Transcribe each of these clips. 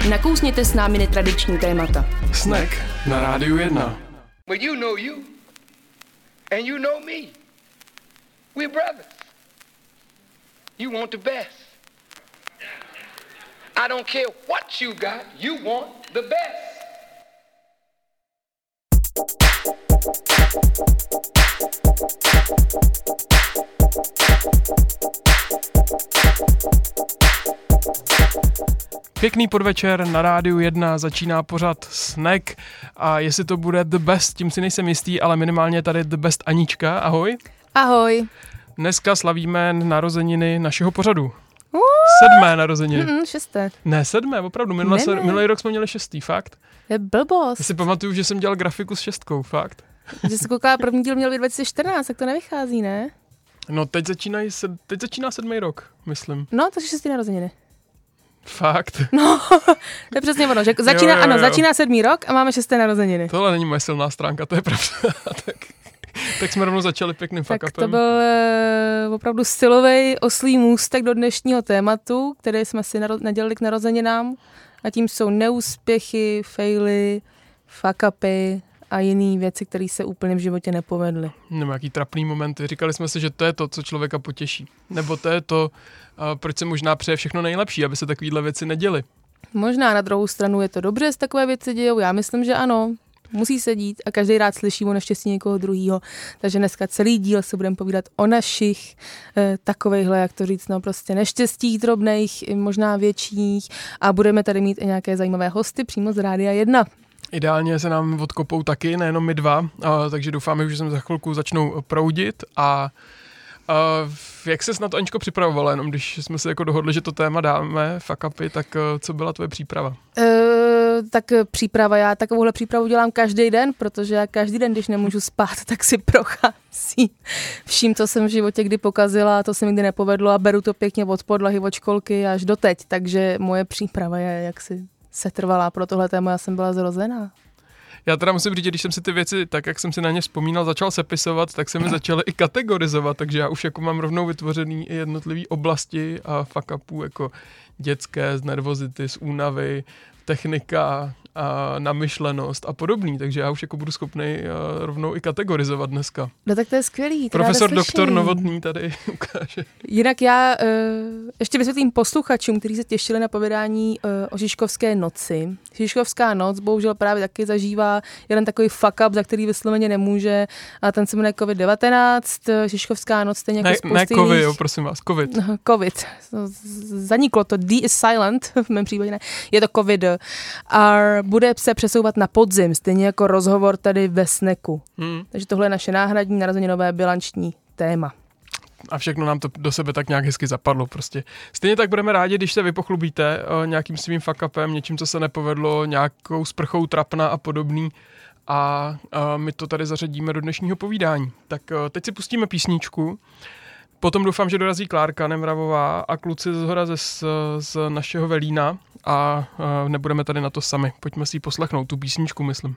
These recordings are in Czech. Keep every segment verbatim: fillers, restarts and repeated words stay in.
Nakousněte s námi netradiční témata. Snack na Rádiu jedna. Well, you know you, and you know me. We're brothers. You want the best. I don't care what you got, you want the best. Pěkný podvečer, na Rádiu jedna začíná pořad Snack a jestli to bude The Best, tím si nejsem jistý, ale minimálně tady The Best Anička, ahoj. Ahoj. Dneska slavíme narozeniny našeho pořadu. Uh. Sedmé narozeniny. Mm, šesté. Ne, sedmé, opravdu, minulý, ne, ne. minulý rok jsme měli šestý, fakt. Je blbost. Já si pamatuju, že jsem dělal grafiku s šestkou, fakt. Že se kouká, první díl měl být dva tisíce čtrnáct, tak to nevychází, ne? No teď, začínají sed, teď začíná sedmý rok, myslím. No, takže šestý narozeniny. Fakt? No, to je přesně ono, že začíná, jo, jo, jo. Ano, začíná sedmý rok a máme šesté narozeniny. Tohle není moje silná stránka, to je pravda. tak, tak jsme rovnou začali pěkným fuck-upem. Tak to byl uh, opravdu stylový oslý můstek do dnešního tématu, který jsme si naro- nadělali k narozeninám. A tím jsou neúspěchy, faily, fuck-upy a jiné věci, které se úplně v životě nepovedly. Nebo jaký trapný momenty. Říkali jsme si, že to je to, co člověka potěší. Nebo to je to, uh, proč se možná přeje všechno nejlepší, aby se takovýhle věci neděly. Možná na druhou stranu je to dobře, že se takové věci dějou. Já myslím, že ano. Musí se dít a každý rád slyší o neštěstí někoho druhýho. Takže dneska celý díl se budeme povídat o našich eh, takovejhle, jak to říct, no prostě neštěstích drobných, možná větších a budeme tady mít i nějaké zajímavé hosty přímo z Rádia jedna. Ideálně se nám odkopou taky, nejenom my dva, a, takže doufáme, že se za chvilku začnou proudit a a jak ses na to, Aničko, připravovala, jenom když jsme se jako dohodli, že to téma dáme, fuck upy, tak co byla tvoje příprava? E, tak příprava, já takovouhle přípravu dělám každý den, protože já každý den, když nemůžu spát, tak si procházím vším, co jsem v životě kdy pokazila, to se mi nikdy nepovedlo a beru to pěkně od podlahy, od školky až doteď, takže moje příprava je jaksi setrvalá pro tohle téma, já jsem byla zrozená. Já teda musím říct, že když jsem si ty věci, tak jak jsem si na ně vzpomínal, začal sepisovat, tak se mi začaly i kategorizovat, takže já už jako mám rovnou vytvořený i jednotlivý oblasti a fuck upů, jako dětské, z nervozity, z únavy, technika, a namyšlenost a podobný, takže já už jako budu schopný uh, rovnou i kategorizovat dneska. No tak to je skvělý. Profesor doktor Novotný tady ukáže. Jinak já uh, ještě vysvětlím posluchačům, kteří se těšili na povídání uh, o Žižkovské noci. Žižkovská noc bohužel právě taky zažívá jeden takový fuck up, za který vysloveně nemůže, a ten se jmenuje covid devatenáct. Žižkovská noc stejně jako ne, spousty ne covid, jiných... jo, prosím vás, covid. Covid. Zaniklo to, D is silent, v mém případě ne. Je to covid. A bude se přesouvat na podzim, stejně jako rozhovor tady ve Snacku. Hmm. Takže tohle je naše náhradní narozeninové bilanční téma. A všechno nám to do sebe tak nějak hezky zapadlo prostě. Stejně tak budeme rádi, když se vy pochlubíte o, nějakým svým fuck upem, něčím, co se nepovedlo, nějakou sprchou trapna a podobný. A, a my to tady zařadíme do dnešního povídání. Tak o, teď si pustíme písničku. Potom doufám, že dorazí Klárka Nemravová a kluci zhora ze, z, z našeho Velína a, a nebudeme tady na to sami. Pojďme si ji poslechnout, tu písničku, myslím.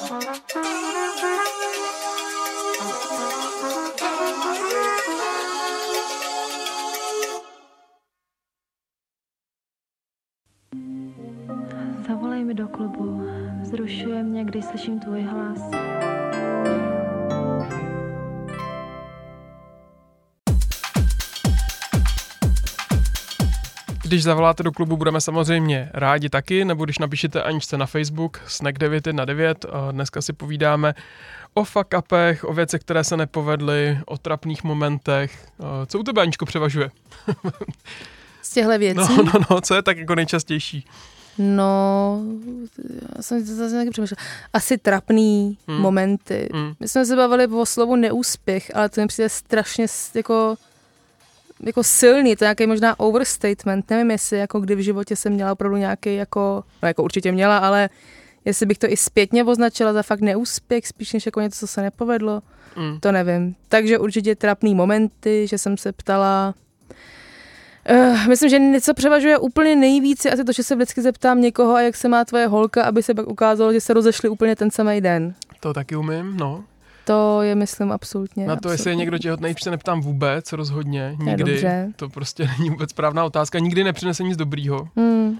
Zavolej mi do klubu. Vzrušuje mě, když slyším tvůj hlas. Když zavoláte do klubu, budeme samozřejmě rádi taky, nebo když napíšete Aničce na Facebook Snack devět jedna devět. Dneska si povídáme o fuck-upech, o věcech, které se nepovedly, o trapných momentech. Co u tebe, Aničko, převažuje? Z těchto věcí? No, no, no, co je tak jako nejčastější? No, já jsem zase taky přemýšlela. Asi trapný hmm. momenty. Hmm. My jsme se bavili o slovu neúspěch, ale to mi přijde strašně jako, jako silný, to je nějaký možná overstatement. Nevím, jestli jako kdy v životě jsem měla opravdu nějaký, jako, no jako určitě měla, ale jestli bych to i zpětně označila za fakt neúspěch, spíš než jako něco, co se nepovedlo, hmm. to nevím. Takže určitě trapný momenty, že jsem se ptala. Uh, myslím, že něco převažuje úplně nejvíc, asi to, že se vždycky zeptám někoho, a jak se má tvoje holka, aby se pak ukázalo, že se rozešli úplně ten samý den. To taky umím, no. To je, myslím, absolutně. Na to, absolutně. Jestli je někdo těhotný, se neptám vůbec, rozhodně, nikdy. Dobře. To prostě není vůbec správná otázka, nikdy nepřinese nic dobrýho. Hmm.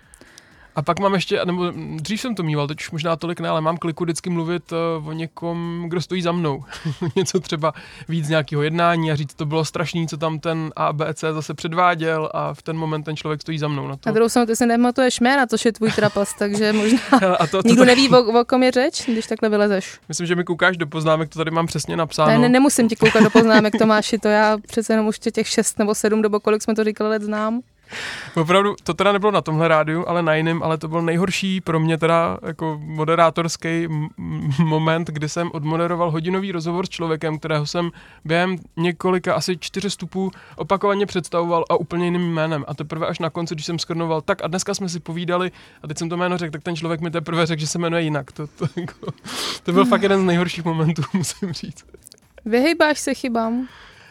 A pak mám ještě, nebo dřív jsem to mýval, teď už možná tolik ne, ale mám kliku vždycky mluvit uh, o někom, kdo stojí za mnou. Něco třeba víc nějakého jednání a říct, to bylo strašný, co tam ten A B C zase předváděl a v ten moment ten člověk stojí za mnou. Na to. A druhou stranu, ty si nepamatuješ jména, což je tvůj trapas, takže možná a to, to, nikdo to, neví, o, o kom je řeč, když takhle vylezeš. Myslím, že mi koukáš do poznámek, to tady mám přesně napsáno. Ne, ne, nemusím ti koukat do poznámek, Tomáši, to já přece jenom už těch šest nebo sedm dobo, kolik jsme to říkali, let znám. Opravdu, to teda nebylo na tomhle rádiu, ale na jiném, ale to byl nejhorší pro mě teda jako moderátorský m- moment, kdy jsem odmoderoval hodinový rozhovor s člověkem, kterého jsem během několika, asi čtyři vstupů opakovaně představoval a úplně jiným jménem. A teprve až na konci, když jsem shrnoval, tak a dneska jsme si povídali a teď jsem to jméno řekl, tak ten člověk mi teprve řekl, že se jmenuje jinak. To, to, jako, to byl fakt jeden z nejhorších momentů, musím říct. Vyhejbáš se chybám?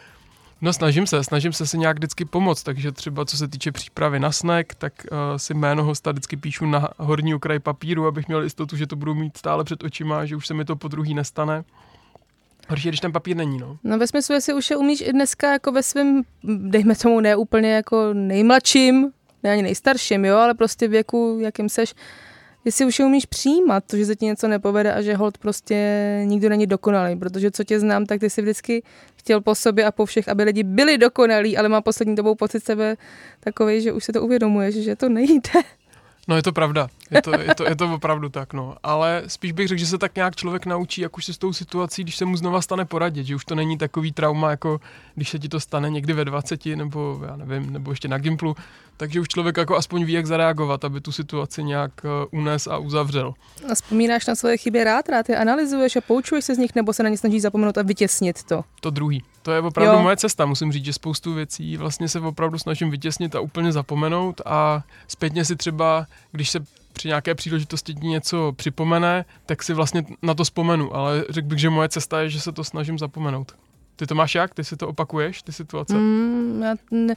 No snažím se, snažím se si nějak vždycky pomoct, takže třeba co se týče přípravy na snack, tak uh, si jméno hosta vždycky píšu na horní okraj papíru, abych měl jistotu, že to budu mít stále před očima, že už se mi to po druhý nestane. Horší, když ten papír není, no. No ve smyslu, jestli už je umíš i dneska jako ve svém, dejme tomu ne úplně jako nejmladším, ne ani nejstarším, jo, ale prostě věku, jakým seš, jestli už je umíš přijímat, to, že se ti něco nepovede a že hold prostě nikdo není dokonalý, protože co tě znám, tak ty jsi vždycky chtěl po sobě a po všech, aby lidi byli dokonalí, ale mám poslední dobou pocit sebe takovej, že už si to uvědomuješ, že to nejde. No je to pravda, je to, je to, je to opravdu tak, no. Ale spíš bych řekl, že se tak nějak člověk naučí, jak už se s tou situací, když se mu znova stane poradit, že už to není takový trauma, jako když se ti to stane někdy ve dvaceti, nebo já nevím, nebo ještě na Gimplu, takže už člověk jako aspoň ví, jak zareagovat, aby tu situaci nějak unes a uzavřel. A vzpomínáš na svoje chyby rád, rád je analyzuješ a poučuješ se z nich, nebo se na ně snažíš zapomenout a vytěsnit to? To druhý. To je opravdu jo. moje cesta, musím říct, že spoustu věcí vlastně se opravdu snažím vytěsnit a úplně zapomenout a zpětně si třeba, když se při nějaké příležitosti ti něco připomene, tak si vlastně na to vzpomenu, ale řekl bych, že moje cesta je, že se to snažím zapomenout. Ty to máš jak? Ty si to opakuješ, ty situace? Mm, já ne,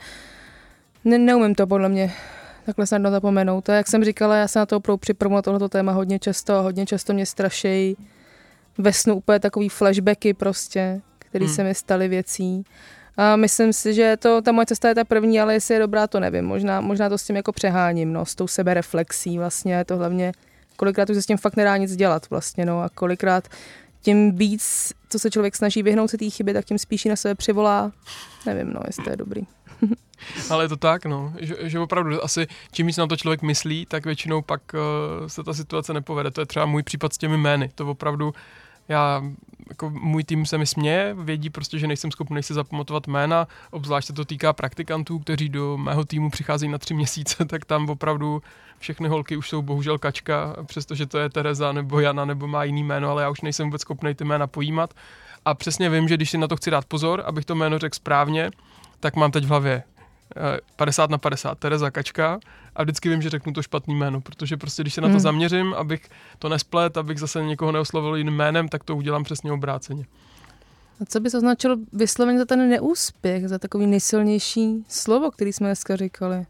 ne, neumím to podle mě takhle snadno zapomenout. A jak jsem říkala, já se na to opravdu připravuji na tohleto téma hodně často a hodně často mě strašejí ve snu úplně takový flashbacky prostě, který hmm. se mi staly věcí. A myslím si, že to, ta moje cesta je ta první, ale jestli je dobrá, to nevím. Možná, možná to s tím jako přeháním, no, s tou sebereflexí vlastně. Je to hlavně, kolikrát už se s tím fakt nedá nic dělat vlastně, no, a kolikrát tím víc, co se člověk snaží vyhnout se té chyby, tak tím spíš na sebe přivolá. Nevím, no, jestli to je dobrý. Ale je to tak, no, že, že opravdu asi čím víc na to člověk myslí, tak většinou pak uh, se ta situace nepovede. To je třeba můj případ s těmi jmény. To opravdu Já, jako můj tým se mi směje, vědí prostě, že nejsem schopný si zapamatovat jména, obzvlášť se to týká praktikantů, kteří do mého týmu přicházejí na tři měsíce, tak tam opravdu všechny holky už jsou bohužel Kačka, přestože to je Tereza nebo Jana nebo má jiný jméno, ale já už nejsem vůbec schopný ty jména pojímat. A přesně vím, že když si na to chci dát pozor, abych to jméno řekl správně, tak mám teď v hlavě padesát na padesát Tereza Kačka a vždycky vím, že řeknu to špatný jméno, protože prostě když se na to hmm. zaměřím, abych to nesplet, abych zase někoho neoslovil jiným jménem, tak to udělám přesně obráceně. A co bys označil vysloveně za ten neúspěch, za takový nejsilnější slovo, který jsme dneska říkali?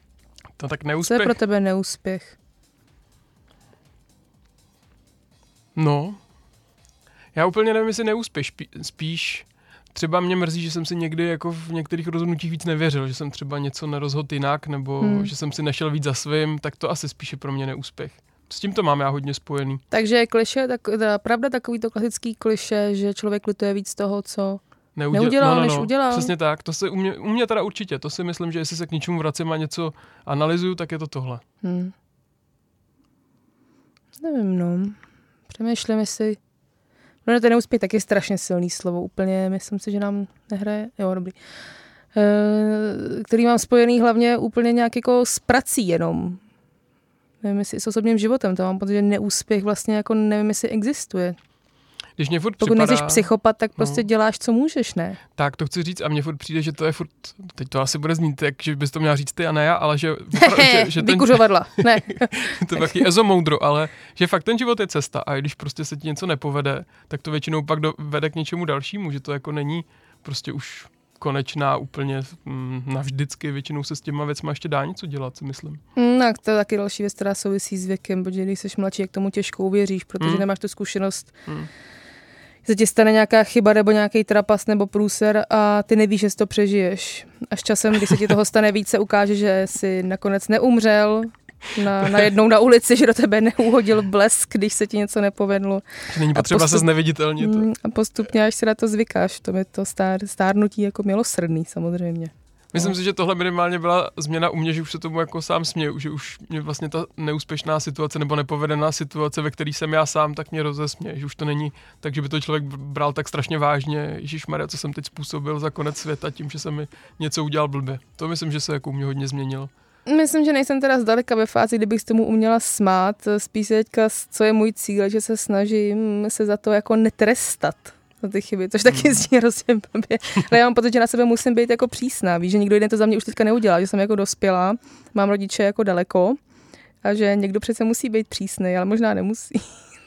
To tak neúspěch. Co je pro tebe neúspěch? No, já úplně nevím, jestli neúspěš, spíš třeba mě mrzí, že jsem si někdy jako v některých rozhodnutích víc nevěřil, že jsem třeba něco nerozhodl jinak, nebo hmm. že jsem si nešel víc za svým, tak to asi spíše pro mě neúspěch. S tím to mám já hodně spojený. Takže kliše, tak, ta pravda takový to klasický kliše, že člověk lituje víc toho, co Neuděl, neudělal, no, no, než no, udělal. Přesně tak, to se u mě, u mě teda určitě, to si myslím, že jestli se k něčemu vracím a něco analyzuju, tak je to tohle. Hmm. Nevím, no. Přemýšlím, jestli... No, ten neúspěch taky je strašně silný slovo, úplně, myslím si, že nám nehraje, jo, dobrý. E, který mám spojený hlavně úplně nějak jako s prací jenom. Nevím, jestli s osobním životem, to mám pocit, že neúspěch vlastně jako nevím, jestli existuje. Když mě furt Pokud připadá, nejsi psychopat, tak prostě no, děláš, co můžeš, ne? Tak to chci říct a mně furt přijde, že to je furt, teď to asi bude znít, tak, že bys to měla říct ty a ne já, ale že... že, že ten, vykuřovadla, ne. To je taky ezomoudro, ale že fakt ten život je cesta a když prostě se ti něco nepovede, tak to většinou pak do, vede k něčemu dalšímu, že to jako není prostě už konečná úplně mm, navždycky, většinou se s těma věcma ještě dá něco dělat, si myslím. Mm, tak to je taky další věc, která souvisí s věkem, protože když jsi mladší, jak tomu těžko uvěříš, protože mm. nemáš tu zkušenost. Mm. Se ti stane nějaká chyba nebo nějaký trapas nebo průser a ty nevíš, že si to přežiješ. Až časem, když se ti toho stane víc, se ukáže, že jsi nakonec neumřel na, na jednou na ulici, že do tebe neuhodil blesk, když se ti něco nepovedlo. Není potřeba postup... se zneviditelnit. A postupně, až si na to zvykáš, to je to stár, stárnutí jako milosrdný samozřejmě. Myslím no. si, že tohle minimálně byla změna u mě, že už se tomu jako sám směju, že už mě vlastně ta neúspěšná situace nebo nepovedená situace, ve které jsem já sám, tak mě rozesměje, že už to není tak, že by to člověk bral tak strašně vážně, ježišmarja, co jsem teď způsobil za konec světa tím, že jsem mi něco udělal blbě. To myslím, že se jako u mě hodně změnilo. Myslím, že nejsem teda zdaleka ve fázi, kdybych s tomu uměla smát, spíš teďka, co je můj cíl, že se snažím se za to jako netrestat. Na ty chyby, což taky zní hrozně blbě. Ale já mám pocit, že na sebe musím být jako přísná. Víš, že nikdo jeden to za mě už teďka neudělá, že jsem jako dospělá, mám rodiče jako daleko a že někdo přece musí být přísný, ale možná nemusí.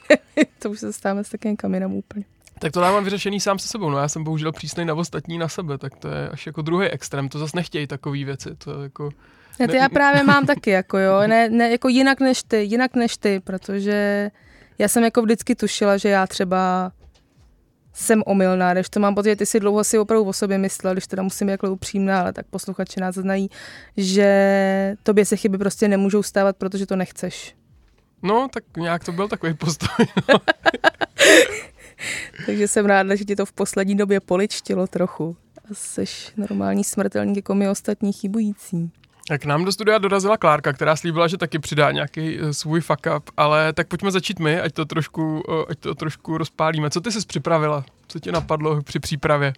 To už se stáváme s takým kaminem úplně. Tak to dávám vyřešený sám se sebou. No já jsem bohužel přísnej na ostatní na sebe, tak to je až jako druhý extrém. To zase nechtějí takový věci. To je jako... Ne, to já právě mám taky, jako jo, ne, ne, jako jinak než ty, jinak než ty, protože já jsem jako vždycky tušila, že já třeba jsem omylná, když to mám pocit, že ty si dlouho si opravdu o sobě myslel, když teda musím být jako upřímná, ale tak posluchači nás znají, že tobě se chyby prostě nemůžou stávat, protože to nechceš. No, tak nějak to byl takový postoj. No. Takže jsem ráda, že ti to v poslední době poličtilo trochu. A seš normální smrtelník jako my ostatní chybující. K nám do studia dorazila Klárka, která slíbila, že taky přidá nějaký svůj fuck up, ale tak pojďme začít my, ať to trošku, ať to trošku rozpálíme. Co ty jsi připravila? Co tě napadlo při přípravě?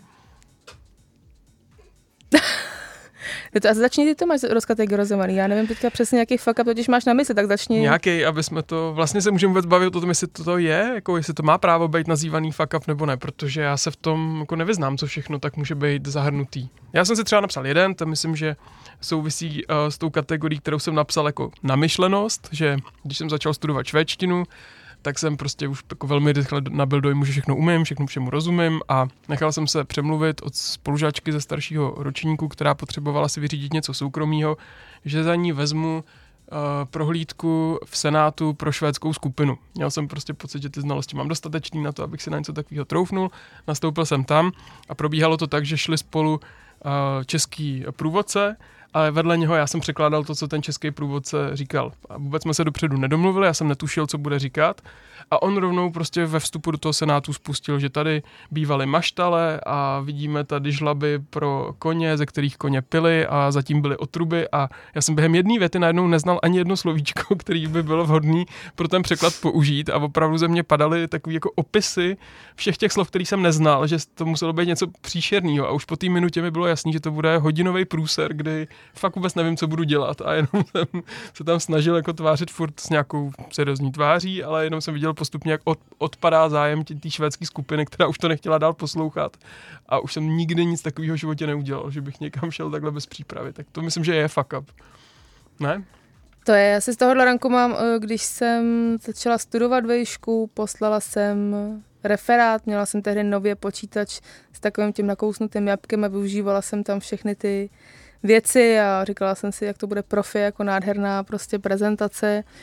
To asi začni, ty to máš rozkategorizovaný. Já nevím teďka přesně, jaký fuck up totiž máš na mysli, tak začni. Nějaký, aby jsme to, vlastně se můžeme vůbec bavit o tom, jestli to je, jako jestli to má právo být nazývaný fuck up nebo ne, protože já se v tom jako nevyznám, co všechno tak může být zahrnutý. Já jsem si třeba napsal jeden, to myslím, že souvisí uh, s tou kategorií, kterou jsem napsal jako namyšlenost, že když jsem začal studovat švédštinu, tak jsem prostě už jako velmi rychle nabyl dojmu, že všechno umím, všechno všemu rozumím a nechal jsem se přemluvit od spolužáčky ze staršího ročníku, která potřebovala si vyřídit něco soukromého, že za ní vezmu uh, prohlídku v Senátu pro švédskou skupinu. Měl jsem prostě pocit, že ty znalosti mám dostatečný na to, abych si na něco takového troufnul. Nastoupil jsem tam a probíhalo to tak, že šli spolu uh, český průvodce, ale vedle něho já jsem překládal to, co ten český průvodce říkal. A vůbec jsme se dopředu nedomluvili, já jsem netušil, co bude říkat. A on rovnou prostě ve vstupu do toho Senátu spustil, že tady bývaly maštale a vidíme tady žlaby pro koně, ze kterých koně pili a zatím byly otruby. A já jsem během jedné věty najednou neznal ani jedno slovíčko, který by bylo vhodný pro ten překlad použít. A opravdu ze mě padaly takový jako opisy všech těch slov, který jsem neznal, že to muselo být něco příšerného. A už po té minutě mi bylo jasný, že to bude hodinový průser, kdy fakt vůbec nevím, co budu dělat a jenom jsem se tam snažil jako tvářit furt s nějakou seriózní tváří, ale jenom jsem viděl postupně, jak od, odpadá zájem té švédské skupiny, která už to nechtěla dál poslouchat a už jsem nikdy nic takového v životě neudělal, že bych někam šel takhle bez přípravy. Tak to myslím, že je fuck up. Ne? To je, asi z tohohle ranku mám, když jsem začala studovat vejšku, poslala jsem referát, měla jsem tehdy nově počítač s takovým tím nakousnutým jabkem a využívala jsem tam všechny ty věci a říkala jsem si, jak to bude profi, jako nádherná prostě prezentace.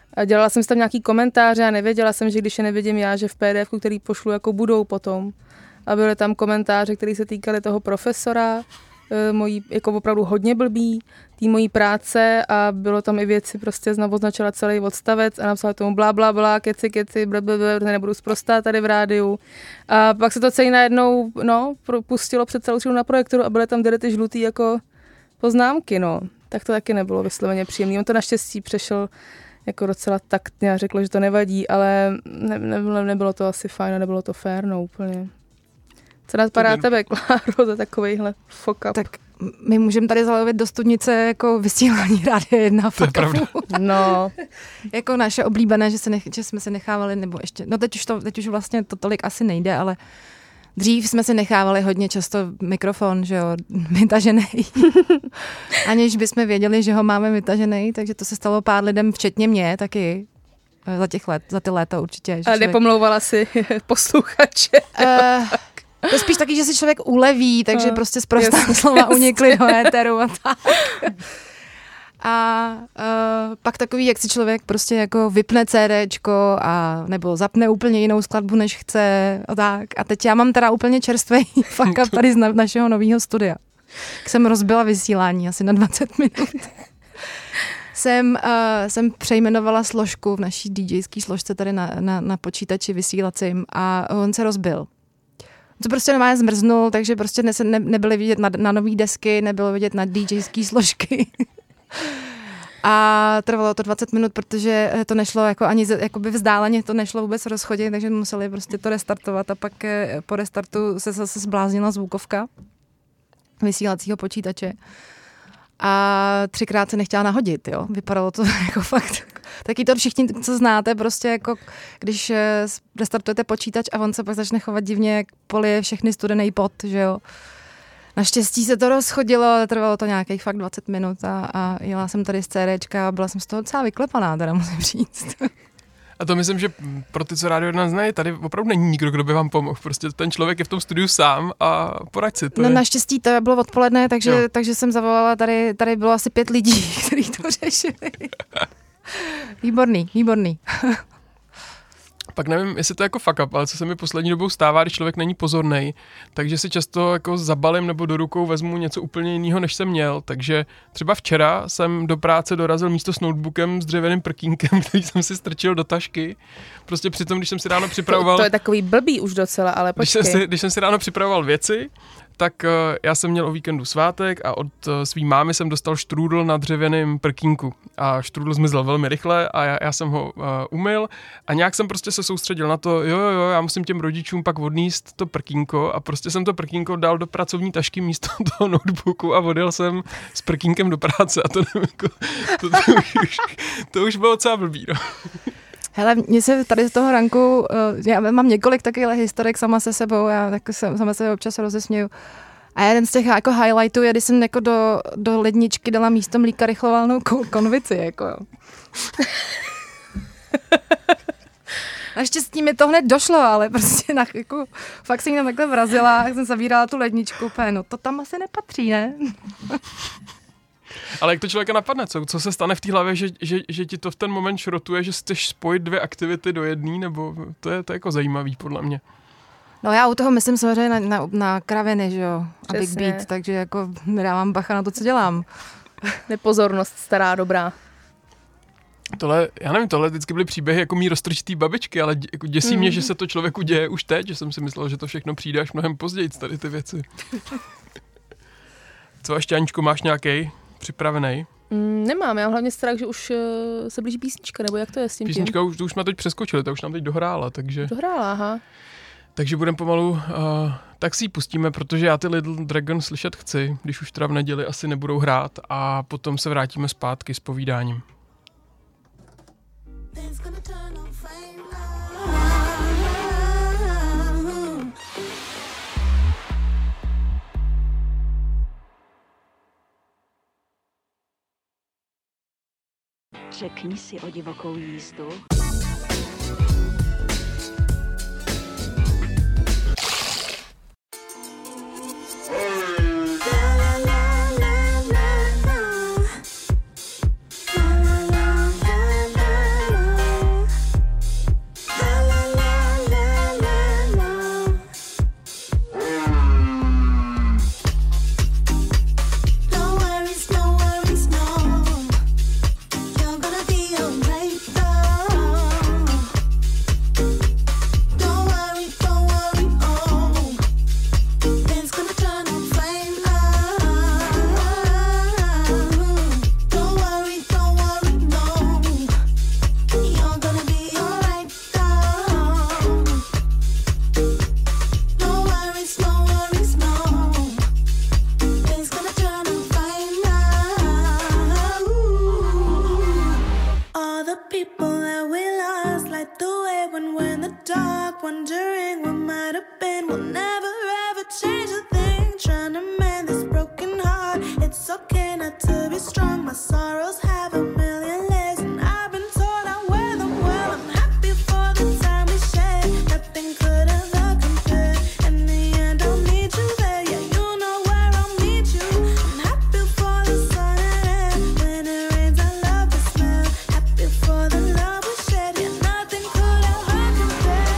A dělala jsem si tam nějaký komentáře a nevěděla jsem, že když je nevidím já, že v pé dé efku, který pošlu, jako budou potom. A byly tam komentáře, které se týkaly toho profesora, mojí, jako opravdu hodně blbý, té mojí práce a bylo tam i věci, prostě znovu označila celý odstavec a napsala tomu blá, blá, blá, keci, keci, blablabla, nebudu sprostá tady v rádiu. A pak se to celý najednou, no, pustilo před celou třídu na projektoru a byly tam ty žlutý jako poznámky, no. Tak to taky nebylo vysloveně příjemný. On to naštěstí přešel jako docela taktně a řekl, že to nevadí, ale ne, ne, nebylo to asi fajn a nebylo to fér, no úplně. Co napadá tebe, Kláro, za takovejhle fuck up? Tak my můžeme tady zalovit do studnice jako vysílání Rádia jedna fuck upu. No. Jako naše oblíbené, že, se nech, že jsme se nechávali, nebo ještě, no teď už, to, teď už vlastně to tolik asi nejde, ale dřív jsme si nechávali hodně často mikrofon, že jo, vytažený. Aniž bychom věděli, že ho máme vytažený, takže to se stalo pár lidem, včetně mě taky. Za těch let, za ty léta určitě. Ale člověk... nepomlouvala si posluchače. Uh, to je spíš taky, že si člověk uleví, takže uh, prostě zprostá slova unikly do éteru a tak. A uh, pak takový, jak si člověk prostě jako vypne CDčko a nebo zapne úplně jinou skladbu, než chce a tak. A teď já mám teda úplně čerstvý fuck up tady z na, našeho nového studia. Jsem rozbila vysílání asi na dvacet minut. Jsem, uh, jsem přejmenovala složku v naší DJské složce tady na, na, na počítači vysílacím a on se rozbil. To prostě normálně zmrznul, takže prostě ne, ne, nebyly vidět na, na nový desky, nebylo vidět na DJské složky. A trvalo to dvacet minut, protože to nešlo jako ani jakoby vzdáleně, to nešlo vůbec rozchodit, takže museli prostě to restartovat a pak po restartu se zase zbláznila zvukovka vysílacího počítače. A třikrát se nechtěla nahodit, jo. Vypadalo to jako fakt. Taky to všichni, co znáte, prostě jako když restartujete počítač a on se pak začne chovat divně, jak polije všechny studený pot, že jo. Naštěstí se to rozchodilo, ale trvalo to nějakých fakt dvacet minut a, a jela jsem tady z CDčka a byla jsem z toho docela vyklepaná, teda musím říct. A to myslím, že pro ty, co Rádio jedna znají, tady opravdu není nikdo, kdo by vám pomohl. Prostě ten člověk je v tom studiu sám a poraď si to. No je... naštěstí to bylo odpoledne, takže, takže jsem zavolala, tady, tady bylo asi pět lidí, kteří to řešili. Výborný, výborný. Pak nevím, jestli to je jako fuck up, ale co se mi poslední dobou stává, když člověk není pozornej, takže si často jako zabalím nebo do rukou vezmu něco úplně jiného, než jsem měl. Takže třeba včera jsem do práce dorazil místo s notebookem s dřevěným prkínkem, který jsem si strčil do tašky. Prostě přitom, když jsem si ráno připravoval... To, to je takový blbý už docela, ale počkej. Když jsem si, když jsem si ráno připravoval věci, tak uh, já jsem měl o víkendu svátek a od uh, svý mámy jsem dostal štrůdl na dřevěném prkínku. A štrůdl zmizel velmi rychle a já, já jsem ho uh, umyl a nějak jsem prostě se soustředil na to, jo, jo, jo, já musím těm rodičům pak odníst to prkínko a prostě jsem to prkínko dal do pracovní tašky místo toho notebooku a odjel jsem s prkínkem do práce a to, nevím, jako, to, to, už, to už bylo docela blbý, no. Hele, mně se tady z toho ranku, já mám několik takových historek sama se sebou, já tak sama se občas rozesměju. A jeden z těch jako highlightů je, když jsem jako do, do ledničky dala místo mlíka rychlovalnou konvici, jako jo. Naštěstí mi to hned došlo, ale prostě na, jako, fakt jsem tam takhle vrazila a jsem zavírala tu ledničku, úplně, no to tam asi nepatří, ne? Ale jak to člověka napadne, co, co se stane v té hlavě, že, že, že ti to v ten moment šrotuje, že chceš spojit dvě aktivity do jedné, nebo to je, to je jako zajímavý podle mě. No já u toho myslím samozřejmě na, na, na kraviny, že jo, a Big Beat, takže jako nedávám bacha na to, co dělám. Nepozornost stará dobrá. Tohle, já nevím, tohle vždycky byly příběhy jako mý roztrčitý babičky, ale dě, jako děsí mm. mě, že se to člověku děje už teď, že jsem si myslel, že to všechno přijde až mnohem později, tady ty věci. Co ještě, Aničko, máš nějaký připravený? Mm, nemám, já mám hlavně strach, že už uh, se blíží písnička, nebo jak to je s tím Písnička už, to už jsme teď přeskočili, to už nám teď dohrála, takže... Dohrála, aha. Takže budeme pomalu, uh, tak si ji pustíme, protože já ty Little Dragon slyšet chci, když už teda v neděli asi nebudou hrát a potom se vrátíme zpátky s povídáním. Řekni si o divokou jízdu. dark, wondering what might have been. We'll never ever change a thing. Trying to mend this broken heart. It's okay not to be strong. My sorrows have a million legs, and I've been told I wear them well. I'm happy for the time we shared. Nothing could ever compare. In the end, I'll need you there. Yeah, you know where I'll meet you. I'm happy for the sun and air. When it rains, I love the smell. Happy for the love we shared. Yeah, nothing could ever compare.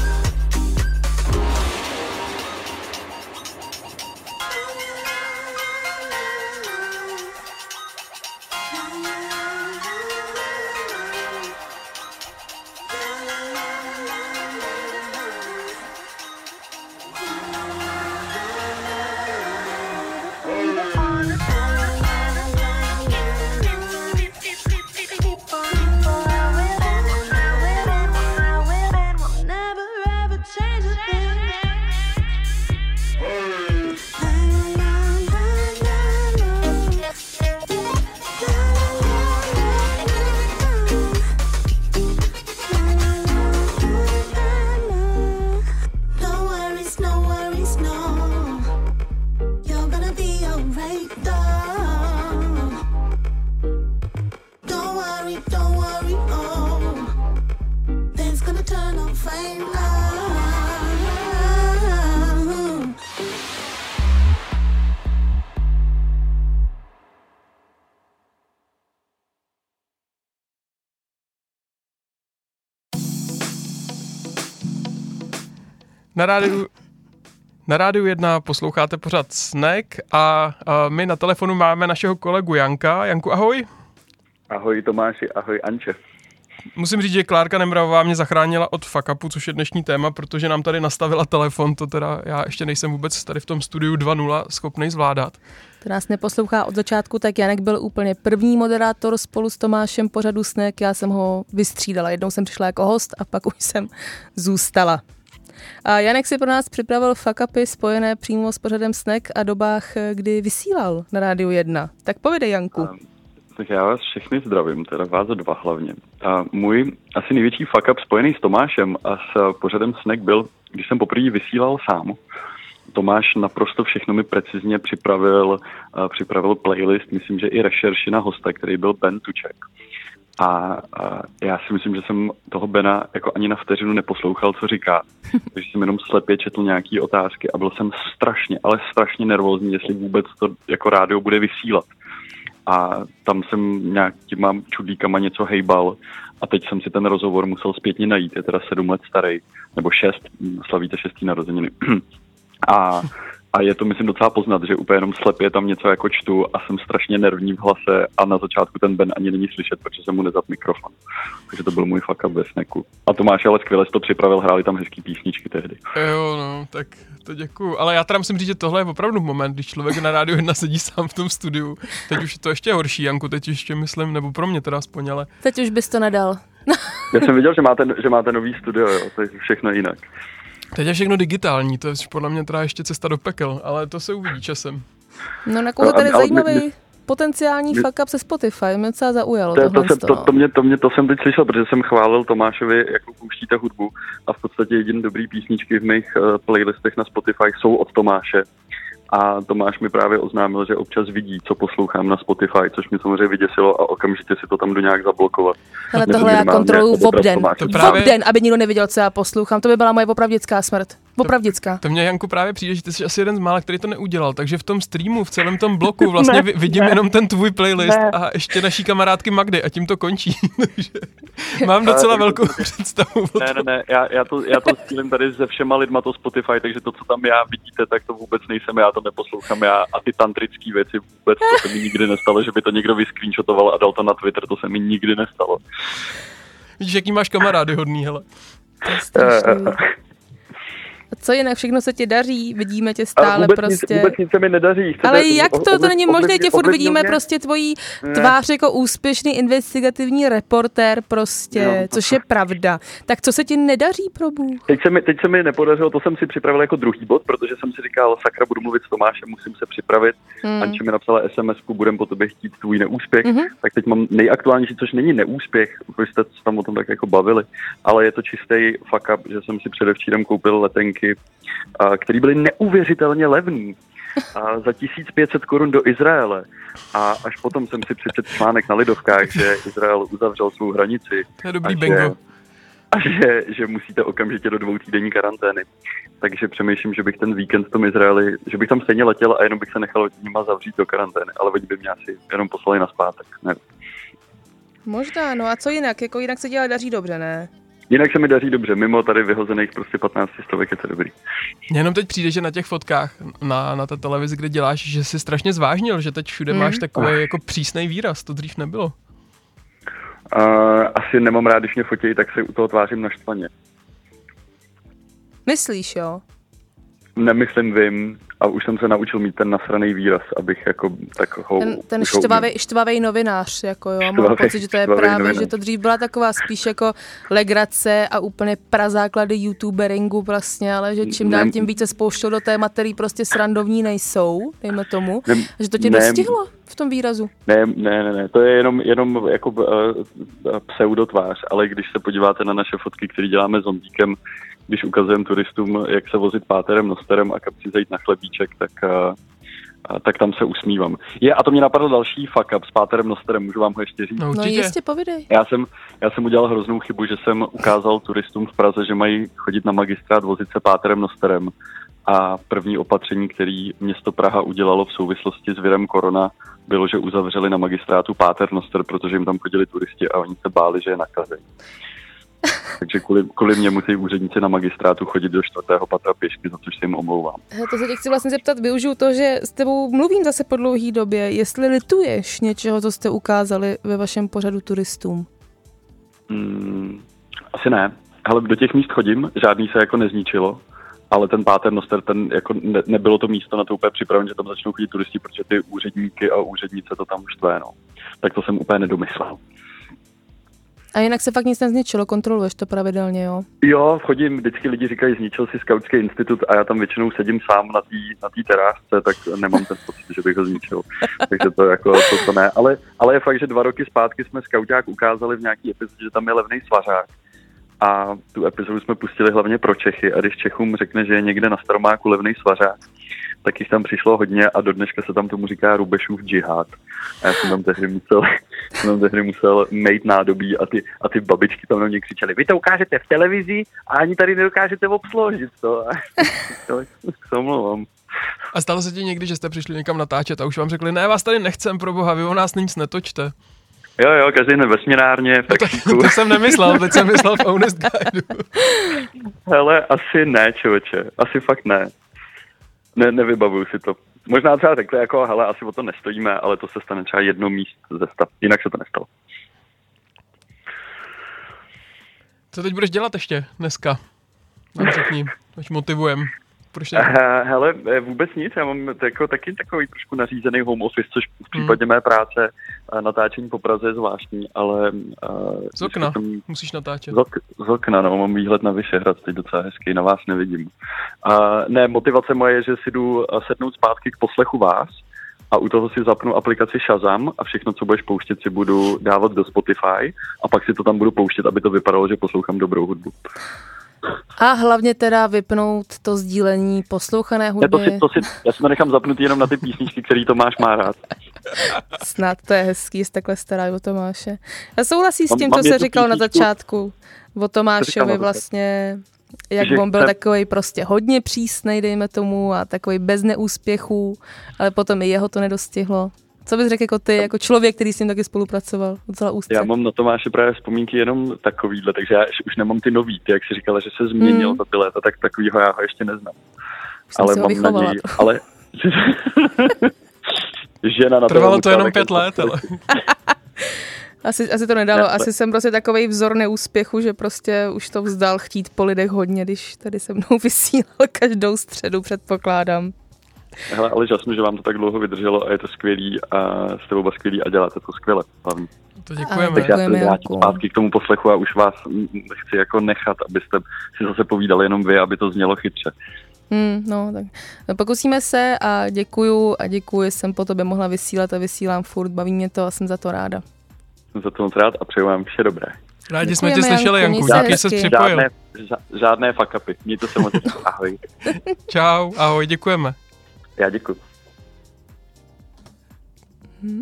Na rádiu, na rádiu jedna posloucháte pořad Snack a, a my na telefonu máme našeho kolegu Janka. Janku, ahoj. Ahoj Tomáši, ahoj Anče. Musím říct, že Klárka Nemravová mě zachránila od fuck upu, což je dnešní téma, protože nám tady nastavila telefon, to teda já ještě nejsem vůbec tady v tom studiu dva nula schopnej zvládat. To nás neposlouchá od začátku, tak Janek byl úplně první moderátor spolu s Tomášem pořadu Snack, já jsem ho vystřídala, jednou jsem přišla jako host a pak už jsem zůstala. A Janek si pro nás připravil fuck upy spojené přímo s pořadem Snack a dobách, kdy vysílal na Rádiu jedna. Tak povědej, Janku. Um, tak já vás všechny zdravím, teda vás dva hlavně. A můj asi největší fuck up spojený s Tomášem a s pořadem Snack byl, když jsem poprvé vysílal sám. Tomáš naprosto všechno mi precizně připravil, uh, připravil playlist, myslím, že i rešerši na hosta, který byl Ben Tuček. A, a já si myslím, že jsem toho Bena jako ani na vteřinu neposlouchal, co říká. Takže jsem jenom slepě četl nějaké otázky a byl jsem strašně, ale strašně nervózní, jestli vůbec to jako rádio bude vysílat. A tam jsem nějakýma čudlíkama něco hejbal a teď jsem si ten rozhovor musel zpětně najít. Je teda sedm let starý, nebo šest, slavíte šestý narozeniny. A A je to, myslím, docela poznat, že úplně jenom slepě tam něco jako čtu a jsem strašně nervní v hlase a na začátku ten Ben ani není slyšet, protože jsem mu nezap mikrofon. Takže to byl můj fuck up ve Snacku. A Tomáš ale skvěle to připravil, hráli tam hezký písničky tehdy. Jo, no, tak to děkuju. Ale já teda musím říct, že tohle je opravdu moment, když člověk na Rádiu jedna sedí sám v tom studiu. Teď už je to ještě horší, Janku, teď ještě myslím, nebo pro mě teda aspoň, ale... Teď už bys to nedal. Já jsem viděl, že máte, že máte nový studio, jo, to je všechno jinak. Teď je všechno digitální, to je podle mě teda ještě cesta do pekel, ale to se uvidí časem. No na koho tady no, zajímavý mě, potenciální mě, fuck up se Spotify, mě docela zaujalo to, tohle. To, to, to, to, mě, to, mě, to jsem teď slyšel, protože jsem chválil Tomášovi, jak pouštíte hudbu a v podstatě jediný dobrý písničky v mých uh, playlistech na Spotify jsou od Tomáše. A Tomáš mi právě oznámil, že občas vidí, co poslouchám na Spotify, což mě samozřejmě vyděsilo a okamžitě si to tam jdu nějak zablokovat. Ale tohle já kontroluji v obden. Právě... V obden, aby nikdo neviděl, co já poslouchám. To by byla moje opravdická smrt. Opravdická. To, to mě, Janku, právě přijde, že ty jsi asi jeden z mála, který to neudělal. Takže v tom streamu, v celém tom bloku vlastně ne, vidím ne, jenom ten tvůj playlist ne. A ještě naší kamarádky Magdy a tím to končí. Mám docela a, velkou to, představu. Ne, ne, ne, já, já to, já to sdílím tady se všema lidma to Spotify, takže to, co tam já vidíte, tak to vůbec nejsem, já to neposlouchám, já a ty tantrické věci vůbec, to se mi nikdy nestalo, že by to někdo vyscreenshotoval a dal to na Twitter, to se mi nikdy nestalo. Vidíš, jaký máš kamarády hodný, hele. To je strašný. co jinak, všechno se ti daří, vidíme tě stále vůbec prostě. Nic, vůbec nic se mi nedaří. Chcete, ale jak to, to, to není možné, tě furt vidíme mě? prostě tvojí tvář jako úspěšný investigativní reportér prostě, jo. Což je pravda. Tak co se ti nedaří, pro Bůh? Teď se, mi, teď se mi nepodařilo, to jsem si připravil jako druhý bod, protože jsem si říkal, sakra, budu mluvit s Tomášem, musím se připravit. Hmm. Anči mi napsala es em esku, budem po tobě chtít tvůj neúspěch. Hmm. Tak teď mám nejaktuálnější, což není neúspěch, už jste se tam o tom tak jako bavili, ale je to čistý fuck up, že jsem si předevčírem koupil letenky, které byly neuvěřitelně levný. A za tisíc pět set korun do Izraele. A až potom jsem si přečetl článek na Lidovkách, že Izrael uzavřel svou hranici. To je dobrý a bingo. Že, a že, že musíte okamžitě do dvou týdenní karantény. Takže přemýšlím, že bych ten víkend v tom Izraeli, že bych tam stejně letěl a jenom bych se nechal nima zavřít do karantény. Ale oni by mě asi jenom poslali nazpátek. Ne. Možná, no a co jinak? Jako jinak se dělá daří dobře, ne? Jinak se mi daří dobře, mimo tady vyhozených prostě patnáct stovek je to dobrý. Mně jenom teď přijde, že na těch fotkách na, na té televizi, kde děláš, že jsi strašně zvážnil, že teď všude mm. máš takový jako přísnej výraz, to dřív nebylo. Uh, asi nemám rád, když mě fotí, tak se u toho tvářím naštvaně. Myslíš, jo? Nemyslím, vím, a už jsem se naučil mít ten nasraný výraz, abych jako tak ho... Ten, ten štvavej, štvavej novinář, jako jo, štvavej, mám pocit, že to je právě, novinář. Že to dřív byla taková spíš jako legrace a úplně prazáklady youtuberingu vlastně, ale že čím dál tím více spouštěl do témat, který prostě srandovní nejsou, dejme tomu, ne, že to tě ne, dostihlo v tom výrazu. Ne, ne, ne, ne, to je jenom, jenom jako uh, pseudotvář, ale když se podíváte na naše fotky, které děláme s Zombíkem, když ukazujeme turistům, jak se vozit páterem, nosterem a kam si zajít na chlebíček, tak, a, a, tak tam se usmívám. Je, a to mě napadlo další fuck up s páterem, nosterem, můžu vám ho ještě říct? No, no jistě, povídej. Já jsem, já jsem udělal hroznou chybu, že jsem ukázal turistům v Praze, že mají chodit na magistrát, vozit se páterem, nosterem. A první opatření, který město Praha udělalo v souvislosti s virem korona, bylo, že uzavřeli na magistrátu páter, noster, protože jim tam chodili turisti a oni se báli, že je nakazí. Takže kvůli, kvůli mě musí úředníci na magistrátu chodit do čtvrtého patra pěšky, za což se jim omlouvám. To se tě chci vlastně zeptat, využiju to, že s tebou mluvím zase po dlouhý době, jestli lituješ něčeho, co jste ukázali ve vašem pořadu turistům? Hmm, asi ne. Hele, do těch míst chodím, žádný se jako nezničilo, ale ten páter noster, ten jako ne, nebylo to místo na to úplně připravené, že tam začnou chodit turisti, protože ty úředníky a úřednice to tam štve, no. Tak to jsem úplně nedomyslel. A jinak se fakt nic nezničilo, kontroluješ to pravidelně, jo? Jo, chodím, vždycky lidi říkají, zničil si skautský institut a já tam většinou sedím sám na té na té terásce, tak nemám ten pocit, že bych ho zničil. Takže to jako to, to ne. Ale, ale je fakt, že dva roky zpátky jsme skauťák ukázali v nějaký epizodě, že tam je levný svařák. A tu epizodu jsme pustili hlavně pro Čechy a když Čechům řekne, že je někde na Staromáku levný svařák, tak jich tam přišlo hodně a do dneška se tam tomu říká Rubešův džihad. A já jsem tam tehdy musel, jsem tam tehdy musel mejt nádobí a ty, a ty babičky tam na mě křičely, vy to ukážete v televizi a ani tady nedokážete obsloužit to. A to se omlouvám. A stalo se ti někdy, že jste přišli někam natáčet a už vám řekli, ne, vás tady nechcem, pro boha, vy o nás nic netočte. Jo, jo, každý den ve směnárně, v taxíku. No to, to jsem nemyslel, teď jsem myslel v Honest Guideu. Hele, asi ne, člověče, asi fakt ne. Ne, nevybavuju si to. Možná třeba řekli jako, hele, asi o to nestojíme, ale to se stane třeba jedno míst ze stav. Jinak se to nestalo. Co teď budeš dělat ještě dneska? Nám řekni, až motivujem. Proč ne? Hele, vůbec nic, já mám jako taky takový trošku nařízený home office, což v případě hmm. mé práce natáčení po Praze je zvláštní, ale... Z okna jsem, musíš natáčet. Z, ok, z okna, no, mám výhled na Vyšehrad, teď docela hezký, na vás nevidím. A ne, motivace moje je, že si jdu sednout zpátky k poslechu vás a u toho si zapnu aplikaci Shazam a všechno, co budeš pouštět, si budu dávat do Spotify a pak si to tam budu pouštět, aby to vypadalo, že poslouchám dobrou hudbu. A hlavně teda vypnout to sdílení poslouchané hudby. Já, to si, to si, já si to nechám zapnutý jenom na ty písničky, který Tomáš má rád. Snad to je hezký, jsi takhle stará o Tomáše. Já souhlasím s tím, co jsi říkal na začátku o Tomášovi vlastně, jak on byl takovej prostě hodně přísnej, dejme tomu, a takovej bez neúspěchů, ale potom i jeho to nedostihlo. Co bys řekl jako ty, jako člověk, který s ním taky spolupracoval docela úzce? Já mám na Tomáše právě vzpomínky jenom takovýhle, takže já už nemám ty nový, ty, jak jsi říkala, že se změnil mm. za ty léta, tak takovýho já ho ještě neznám. Už ale mám vychovala, na něj, ale žena na trvalo to jenom pět let, ale... Asi, asi to nedalo, asi jsem prostě takovej vzor neúspěchu, že prostě už to vzdal chtít po lidech hodně, když tady se mnou vysílal každou středu, předpokládám. Hele, ale žasnu, že vám to tak dlouho vydrželo a je to skvělý a jste oba skvělí a děláte to skvěle hlavně. To děkujeme. Tak já se vrátím zpátky k tomu poslechu a už vás chci jako nechat, abyste si zase povídali jenom vy, aby to znělo chytře. Hmm, no, tak no, pokusíme se a děkuju a děkuji, jsem po tobě mohla vysílat a vysílám furt, baví mě to a jsem za to ráda. Jsem za to moc rád a přeju vám vše dobré. Rádi jsme tě slyšeli, Janku, díky, se připojil. Žádné, žádné fuck upy, mějte se moc, ahoj. Čau, ahoj, děkujeme. Já děkuji. Hmm?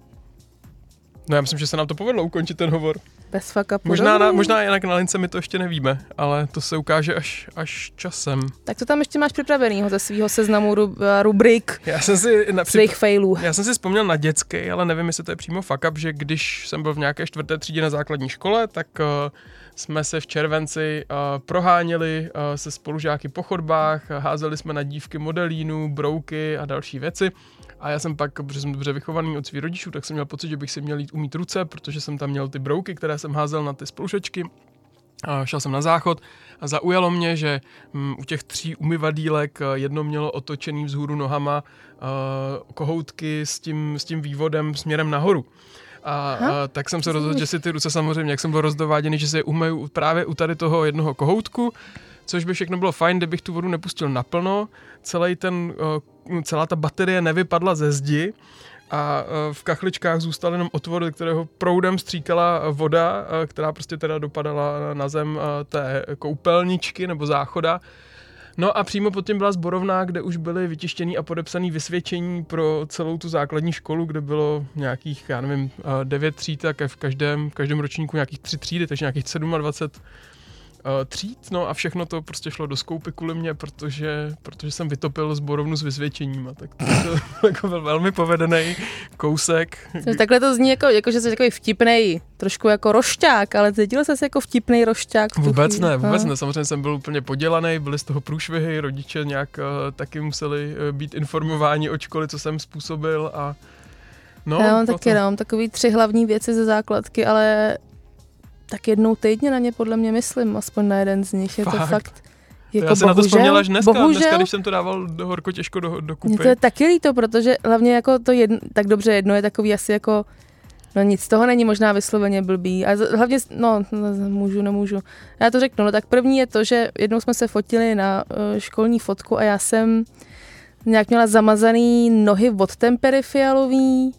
No já myslím, že se nám to povedlo ukončit ten hovor. Bez fuck upu. Možná, na, možná jinak na lince my to ještě nevíme, ale to se ukáže až, až časem. Tak to tam ještě máš připravenýho ze svého seznamu rubrik já jsem si na, svých failů. Já jsem si vzpomněl na dětský, ale nevím, jestli to je přímo fuck up, že když jsem byl v nějaké čtvrté třídě na základní škole, tak uh, jsme se v červenci uh, proháněli uh, se spolužáky po chodbách, házeli jsme na dívky modelínu, brouky a další věci. A já jsem pak, protože jsem dobře vychovaný od svých rodičů, tak jsem měl pocit, že bych si měl jít umýt ruce, protože jsem tam měl ty brouky, které jsem házel na ty spolužačky. A šel jsem na záchod a zaujalo mě, že um, u těch tří umyvadílek jedno mělo otočený vzhůru nohama uh, kohoutky s tím, s tím vývodem směrem nahoru. A, a tak jsem se rozhodl, že si ty ruce samozřejmě, jak jsem byl rozdováděný, že si je umyju právě u tady toho jednoho kohoutku, což by všechno bylo fajn, kdybych tu vodu nepustil naplno, celý ten, celá ta baterie nevypadla ze zdi a v kachličkách zůstal jenom otvor, do kterého proudem stříkala voda, která prostě teda dopadala na zem té koupelničky nebo záchoda. No a přímo pod tím byla zborovna, kde už byly vytištěný a podepsaný vysvědčení pro celou tu základní školu, kde bylo nějakých, já nevím, devět tříd, tak v každém, v každém ročníku nějakých tři třídy, takže nějakých dvacet sedm tříd, no a všechno to prostě šlo do skoupy kvůli mě, protože, protože jsem vytopil zborovnu s vysvědčením, tak to, to jako byl velmi povedený kousek. Takhle to zní jako, jako že jsi takový vtipnej, trošku jako rošťák, ale cítil jsi jako vtipnej rošťák? Vůbec ne, vůbec ne, samozřejmě jsem byl úplně podělaný, byly z toho průšvihy, rodiče nějak uh, taky museli uh, být informováni od školy, co jsem způsobil a no. Já mám taky, mám takový tři hlavní věci ze základky, ale tak jednou týdně na ně podle mě myslím, aspoň na jeden z nich. Je fakt? To fakt jako já jsem na to vzpomněla až dneska, bohužel, dneska, když jsem to dával do horko těžko do, do kupy. Mně to je taky líto, protože hlavně jako to jedno, tak dobře jedno je takový asi jako, no nic z toho není možná vysloveně blbý. A hlavně, no, můžu, nemůžu. Já to řeknu, no tak první je to, že jednou jsme se fotili na uh, školní fotku a já jsem nějak měla zamazaný nohy od tempery fialový,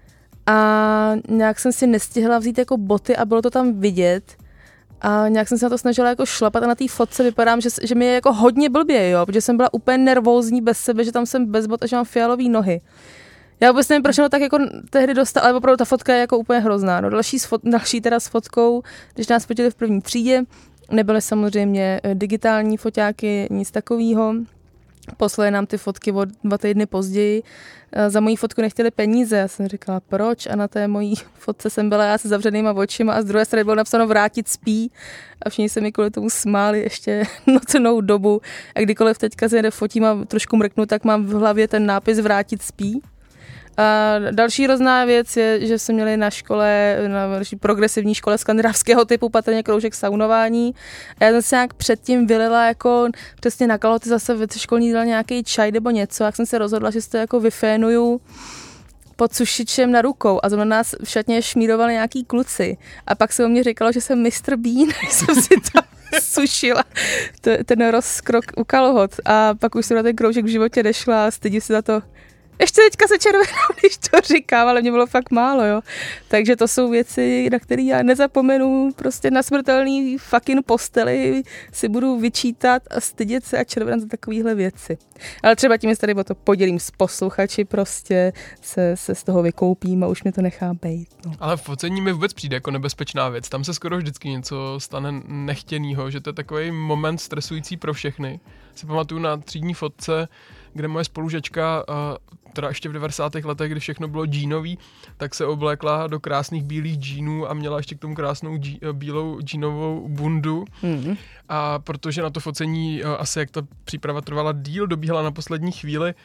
a nějak jsem si nestihla vzít jako boty a bylo to tam vidět a nějak jsem se na to snažila jako šlapat a na té fotce vypadám, že, že mi je jako hodně blbě, jo, protože jsem byla úplně nervózní bez sebe, že tam jsem bez bot a že mám fialový nohy. Já vůbec nevím, proč jsem to tak jako tehdy dostala, ale opravdu ta fotka je jako úplně hrozná. No, další, s fot, další teda s fotkou, když nás fotili v první třídě, nebyly samozřejmě digitální foťáky, nic takového. Poslali nám ty fotky o dva týdny později. Za mojí fotku nechtěli peníze. Já jsem říkala, proč? A na té mojí fotce jsem byla já se zavřenýma očima a z druhé strany bylo napsáno vrátit spí. A všichni se mi kvůli tomu smáli ještě nocnou dobu. A kdykoliv teďka se jde fotím a trošku mrknu, tak mám v hlavě ten nápis vrátit spí. A další hrozná věc je, že jsme měli na škole, na progresivní škole skandinávského typu patrně kroužek saunování. A já jsem se nějak předtím vylila jako přesně na kaloty zase ve školní dala nějaký čaj nebo něco. Jak jsem se rozhodla, že si to jako vyfénuju pod sušičem na rukou a zrovna nás v šatně šmírovali nějaký kluci. A pak se o mě říkalo, že jsem mister Bean, jsem si tam sušila ten rozkrok u kalhot. A pak už jsem na ten kroužek v životě nešla a stydím se za to. Ještě teďka se červenám, když to říkám, ale mě bylo fakt málo, jo. Takže to jsou věci, na které já nezapomenu, prostě na smrtelný fucking posteli si budu vyčítat a stydět se a červenat za takovýhle věci. Ale třeba tím, že tady o to podělím s posluchači, prostě se, se z toho vykoupím a už mě to nechá bejt. No. Ale focení mi vůbec přijde jako nebezpečná věc. Tam se skoro vždycky něco stane nechtěnýho, že to je takový moment stresující pro všechny. Si pamatuju na třídní fotce, kde moje spolužečka, teda ještě v devadesátých letech, kdy všechno bylo džínový, tak se oblékla do krásných bílých džínů a měla ještě k tomu krásnou dží, bílou džínovou bundu. Mm. A protože na to focení asi, jak ta příprava trvala díl, dobíhala na poslední chvíli,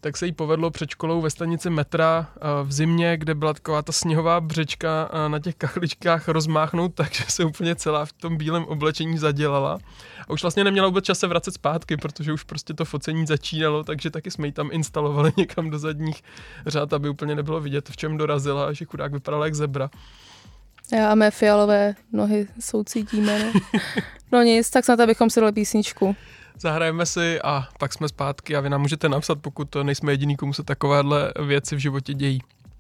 tak se jí povedlo před školou ve stanici metra v zimě, kde byla taková ta sněhová břečka na těch kachličkách rozmáchnout tak, že se úplně celá v tom bílém oblečení zadělala. A už vlastně neměla vůbec čas se vracet zpátky, protože už prostě to focení začínalo, takže taky jsme ji tam instalovali někam do zadních řad, aby úplně nebylo vidět, v čem dorazila a že chudák vypadala jak zebra. Já a mé fialové nohy soucítíme. No, no nic, tak snad abychom si dali písničku. Zahrajeme si a pak jsme zpátky a vy nám můžete napsat, pokud to nejsme jediný, komu se takovéhle věci v životě dějí.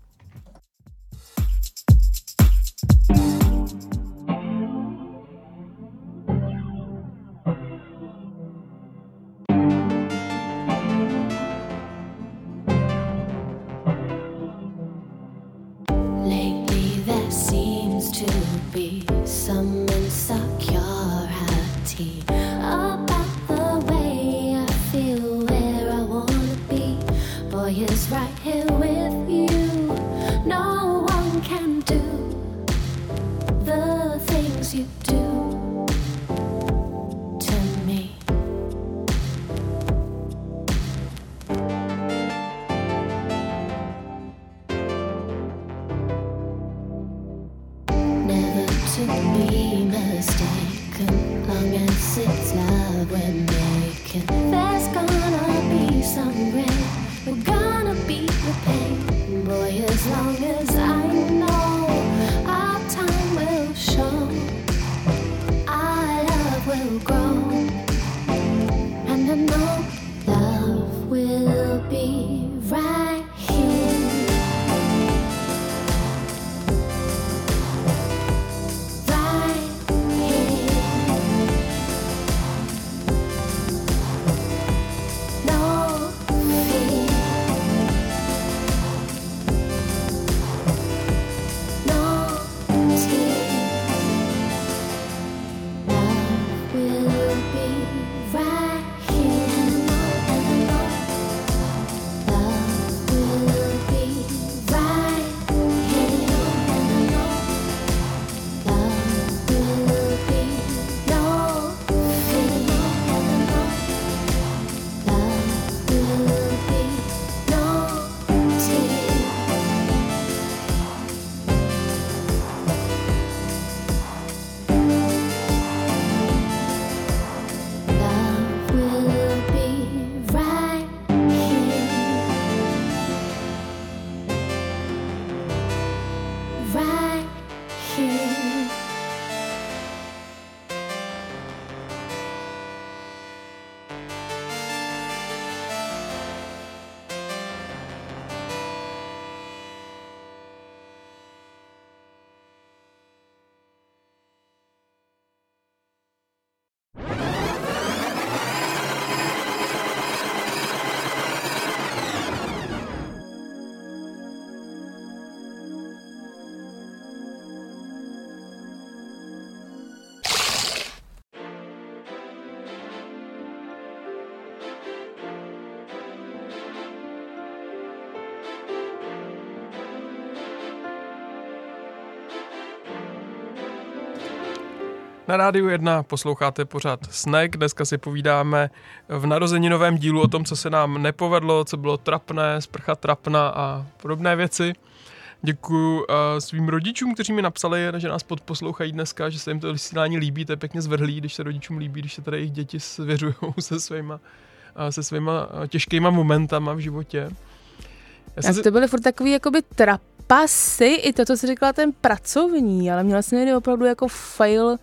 Na Rádiu jedna posloucháte pořád Snack. Dneska si povídáme v narozeninovém dílu o tom, co se nám nepovedlo, co bylo trapné, sprcha trapna a podobné věci. Děkuju uh, svým rodičům, kteří mi napsali, že nás poslouchají dneska, že se jim to vysílání líbí, to je pěkně zvrhlý, když se rodičům líbí, když se tady jejich děti svěřují se svýma, uh, se svýma uh, těžkýma momentama v životě. Já si... To byly furt takový jakoby trapasy, i to, co jsi říkala, ten pracovní, ale měla jsem někdy opravdu jako fail,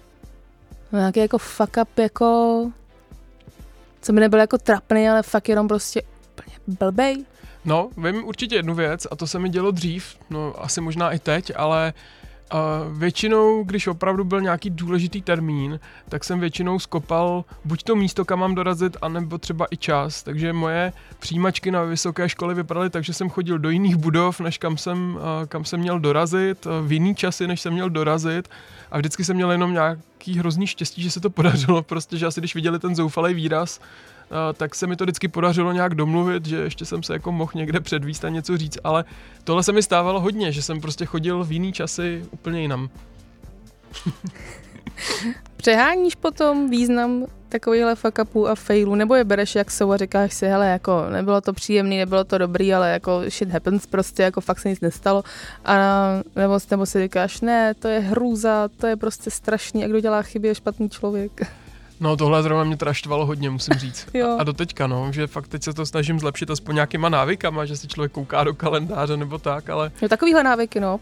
nějaký jako fuck up, jako, co by nebyl jako trapný, ale fakt jenom prostě úplně blbej. No, vím určitě jednu věc a to se mi dělo dřív, no asi možná i teď, ale uh, většinou, když opravdu byl nějaký důležitý termín, tak jsem většinou skopal buď to místo, kam mám dorazit, anebo třeba i čas. Takže moje přijímačky na vysoké školy vypadaly tak, že jsem chodil do jiných budov, než kam jsem, uh, kam jsem měl dorazit, uh, v jiný časy, než jsem měl dorazit. A vždycky jsem měl jenom nějaký hrozný štěstí, že se to podařilo, prostě, že asi když viděli ten zoufalý výraz, Uh, tak se mi to vždycky podařilo nějak domluvit, že ještě jsem se jako mohl někde předvíst a něco říct, ale tohle se mi stávalo hodně, že jsem prostě chodil v jiný časy úplně jinam. Přeháníš potom význam takovýchhle fuck upů a failů, nebo je bereš jak jsou a říkáš si, hele, jako nebylo to příjemný, nebylo to dobrý, ale jako shit happens, prostě jako fakt se nic nestalo. A nebo, nebo si říkáš, ne, to je hrůza, to je prostě strašný a kdo dělá chyby, je špatný člověk. No tohle zrovna mě teda štvalo hodně, musím říct. Jo. A doteďka, no, že fakt teď se to snažím zlepšit aspoň nějakýma návykama, že si člověk kouká do kalendáře nebo tak, ale... Jo, takovýhle návyky, no.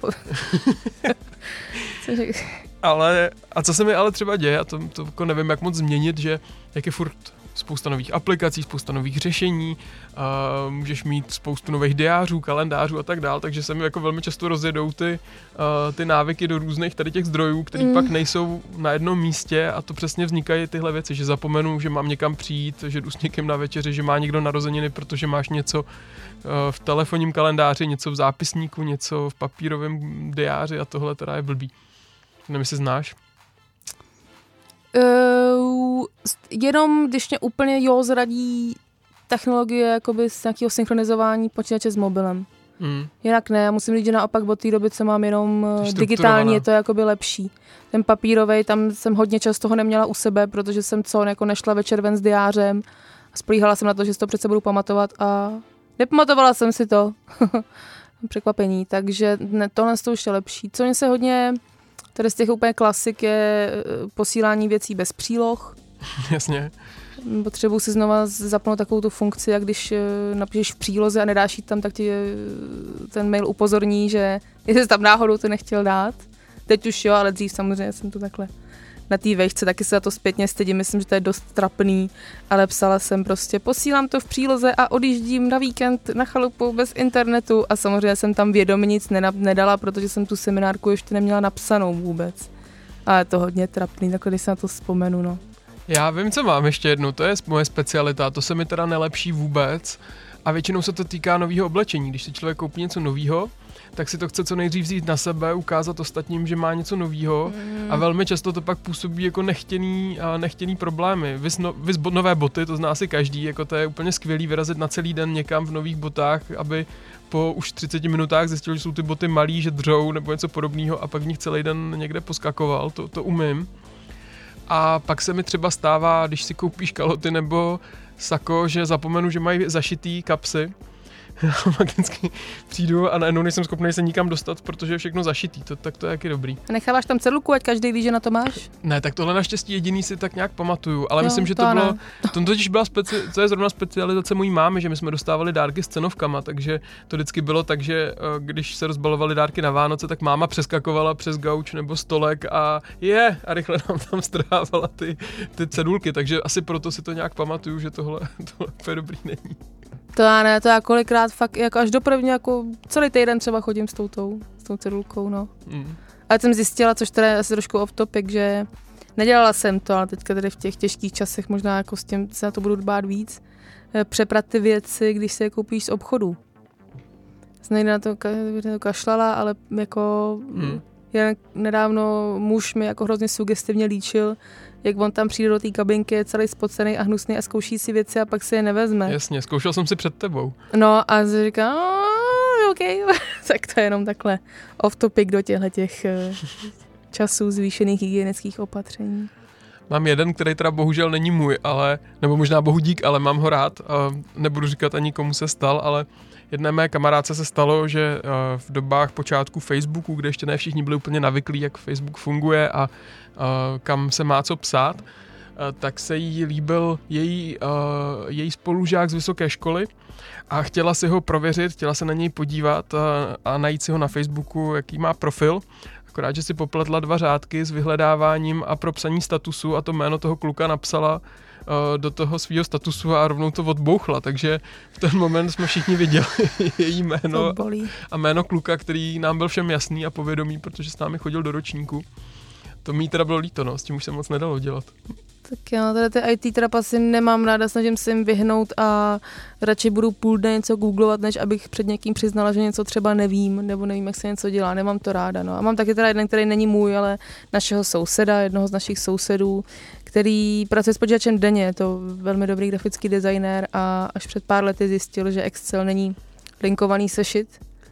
Ale, a co se mi ale třeba děje, a to, to jako nevím, jak moc změnit, že jak je furt spousta nových aplikací, spousta nových řešení, uh, můžeš mít spoustu nových diářů, kalendářů a tak dál, takže se mi jako velmi často rozjedou ty, uh, ty návyky do různých tady těch zdrojů, které mm. pak nejsou na jednom místě a to přesně vznikají tyhle věci, že zapomenu, že mám někam přijít, že jdu s někým na večeři, že má někdo narozeniny, protože máš něco uh, v telefonním kalendáři, něco v zápisníku, něco v papírovém diáři a tohle teda je blbý. Nevím, jestli znáš. Uh, jenom když mě úplně jo zradí technologie jakoby z nějakého synchronizování počítače s mobilem. Mm. Jinak ne, já musím říct, že naopak od té doby, co mám jenom digitální, je to jakoby lepší. Ten papírovej, tam jsem hodně často toho neměla u sebe, protože jsem co, jako nešla večer ven s diářem a spolíhala jsem na to, že si to přece budu pamatovat a nepamatovala jsem si to. Překvapení, takže ne, tohle je ještě lepší. Co mě se hodně... Tady z těch úplně klasik je posílání věcí bez příloh. Jasně. Potřebuji si znova zapnout takovou tu funkci, jak když napíšeš v příloze a nedáš jí tam, tak ti ten mail upozorní, že jestli jsi tam náhodou to nechtěl dát. Teď už jo, ale dřív samozřejmě jsem to takhle na té vejšce, taky se za to zpětně stydím, myslím, že to je dost trapný, ale psala jsem prostě, posílám to v příloze a odjíždím na víkend na chalupu bez internetu a samozřejmě jsem tam vědomě nic nedala, protože jsem tu seminárku ještě neměla napsanou vůbec. A je to hodně trapný, takhle když se na to vzpomenu, no. Já vím, co mám ještě jednu, to je moje specialita, to se mi teda nelepší vůbec a většinou se to týká nového oblečení, když si člověk koupí něco nového, tak si to chce co nejdřív vzít na sebe, ukázat ostatním, že má něco novýho mm. a velmi často to pak působí jako nechtěný, a nechtěný problémy. Vys, no, vys bo, nové boty, to zná si každý, jako to je úplně skvělý vyrazit na celý den někam v nových botách, aby po už třiceti minutách zjistil, že jsou ty boty malý, že dřou nebo něco podobného a pak v nich celý den někde poskakoval, to, to umím. A pak se mi třeba stává, když si koupíš kaloty nebo sako, že zapomenu, že mají zašitý kapsy. Já vždycky přijdu a najednou nejsem schopný se nikam dostat, protože je všechno zašitý, to, tak to je jaký dobrý. A necháváš tam cedulku, ať každý ví, že na to máš? Ne, tak tohle naštěstí jediný si tak nějak pamatuju, ale jo, myslím, že to, to bylo, to totiž byla speci- to je zrovna specializace mojí mámy, že my jsme dostávali dárky s cenovkama, takže to vždycky bylo tak, že když se rozbalovaly dárky na Vánoce, tak máma přeskakovala přes gauč nebo stolek a je, a rychle nám tam strhávala ty, ty cedulky, takže asi proto si to nějak pamatuju, že tohle, tohle úplně dobrý není. To já ne, to já kolikrát fakt, jako až do první, jako celý týden třeba chodím s toutou, s tou cedulkou, no. Mm. Ale jsem zjistila, což teda je asi trošku off topic, že nedělala jsem to, ale teďka tady v těch těžkých časech možná jako s tím se na to budu dbát víc, přeprat ty věci, když se je koupíš z obchodu. Jsem nejde na to, ka- to kašlala, ale jako mm. jen nedávno muž mi jako hrozně sugestivně líčil, jak on tam přijde do té kabinky, je celý spocený a hnusný a zkouší si věci a pak si je nevezme. Jasně, zkoušel jsem si před tebou. No a říká, OK, tak to je jenom takhle off topic do těchto těch časů zvýšených hygienických opatření. Mám jeden, který teda bohužel není můj, ale, nebo možná bohu dík, ale mám ho rád. Nebudu říkat ani komu se stal, ale jedné mé kamarádce se stalo, že v dobách počátku Facebooku, kde ještě ne všichni byli úplně navyklí, jak Facebook funguje a kam se má co psát, tak se jí líbil její, její spolužák z vysoké školy a chtěla si ho prověřit, chtěla se na něj podívat a, a najít si ho na Facebooku, jaký má profil. Akorát, že si popletla dva řádky s vyhledáváním a propsaní statusu a to jméno toho kluka napsala uh, do toho svýho statusu a rovnou to odbouchla, takže v ten moment jsme všichni viděli její jméno a jméno kluka, který nám byl všem jasný a povědomý, protože s námi chodil do ročníku. To mi teda bylo líto, no, s tím už se moc nedalo dělat. Tak já tady ty í té trapasy nemám ráda, snažím se jim vyhnout a radši budu půl dne něco googlovat, než abych před někým přiznala, že něco třeba nevím, nebo nevím, jak se něco dělá, nemám to ráda. No. A mám taky teda jeden, který není můj, ale našeho souseda, jednoho z našich sousedů, který pracuje s počítačem denně, je to velmi dobrý grafický designér a až před pár lety zjistil, že Excel není linkovaný sešit,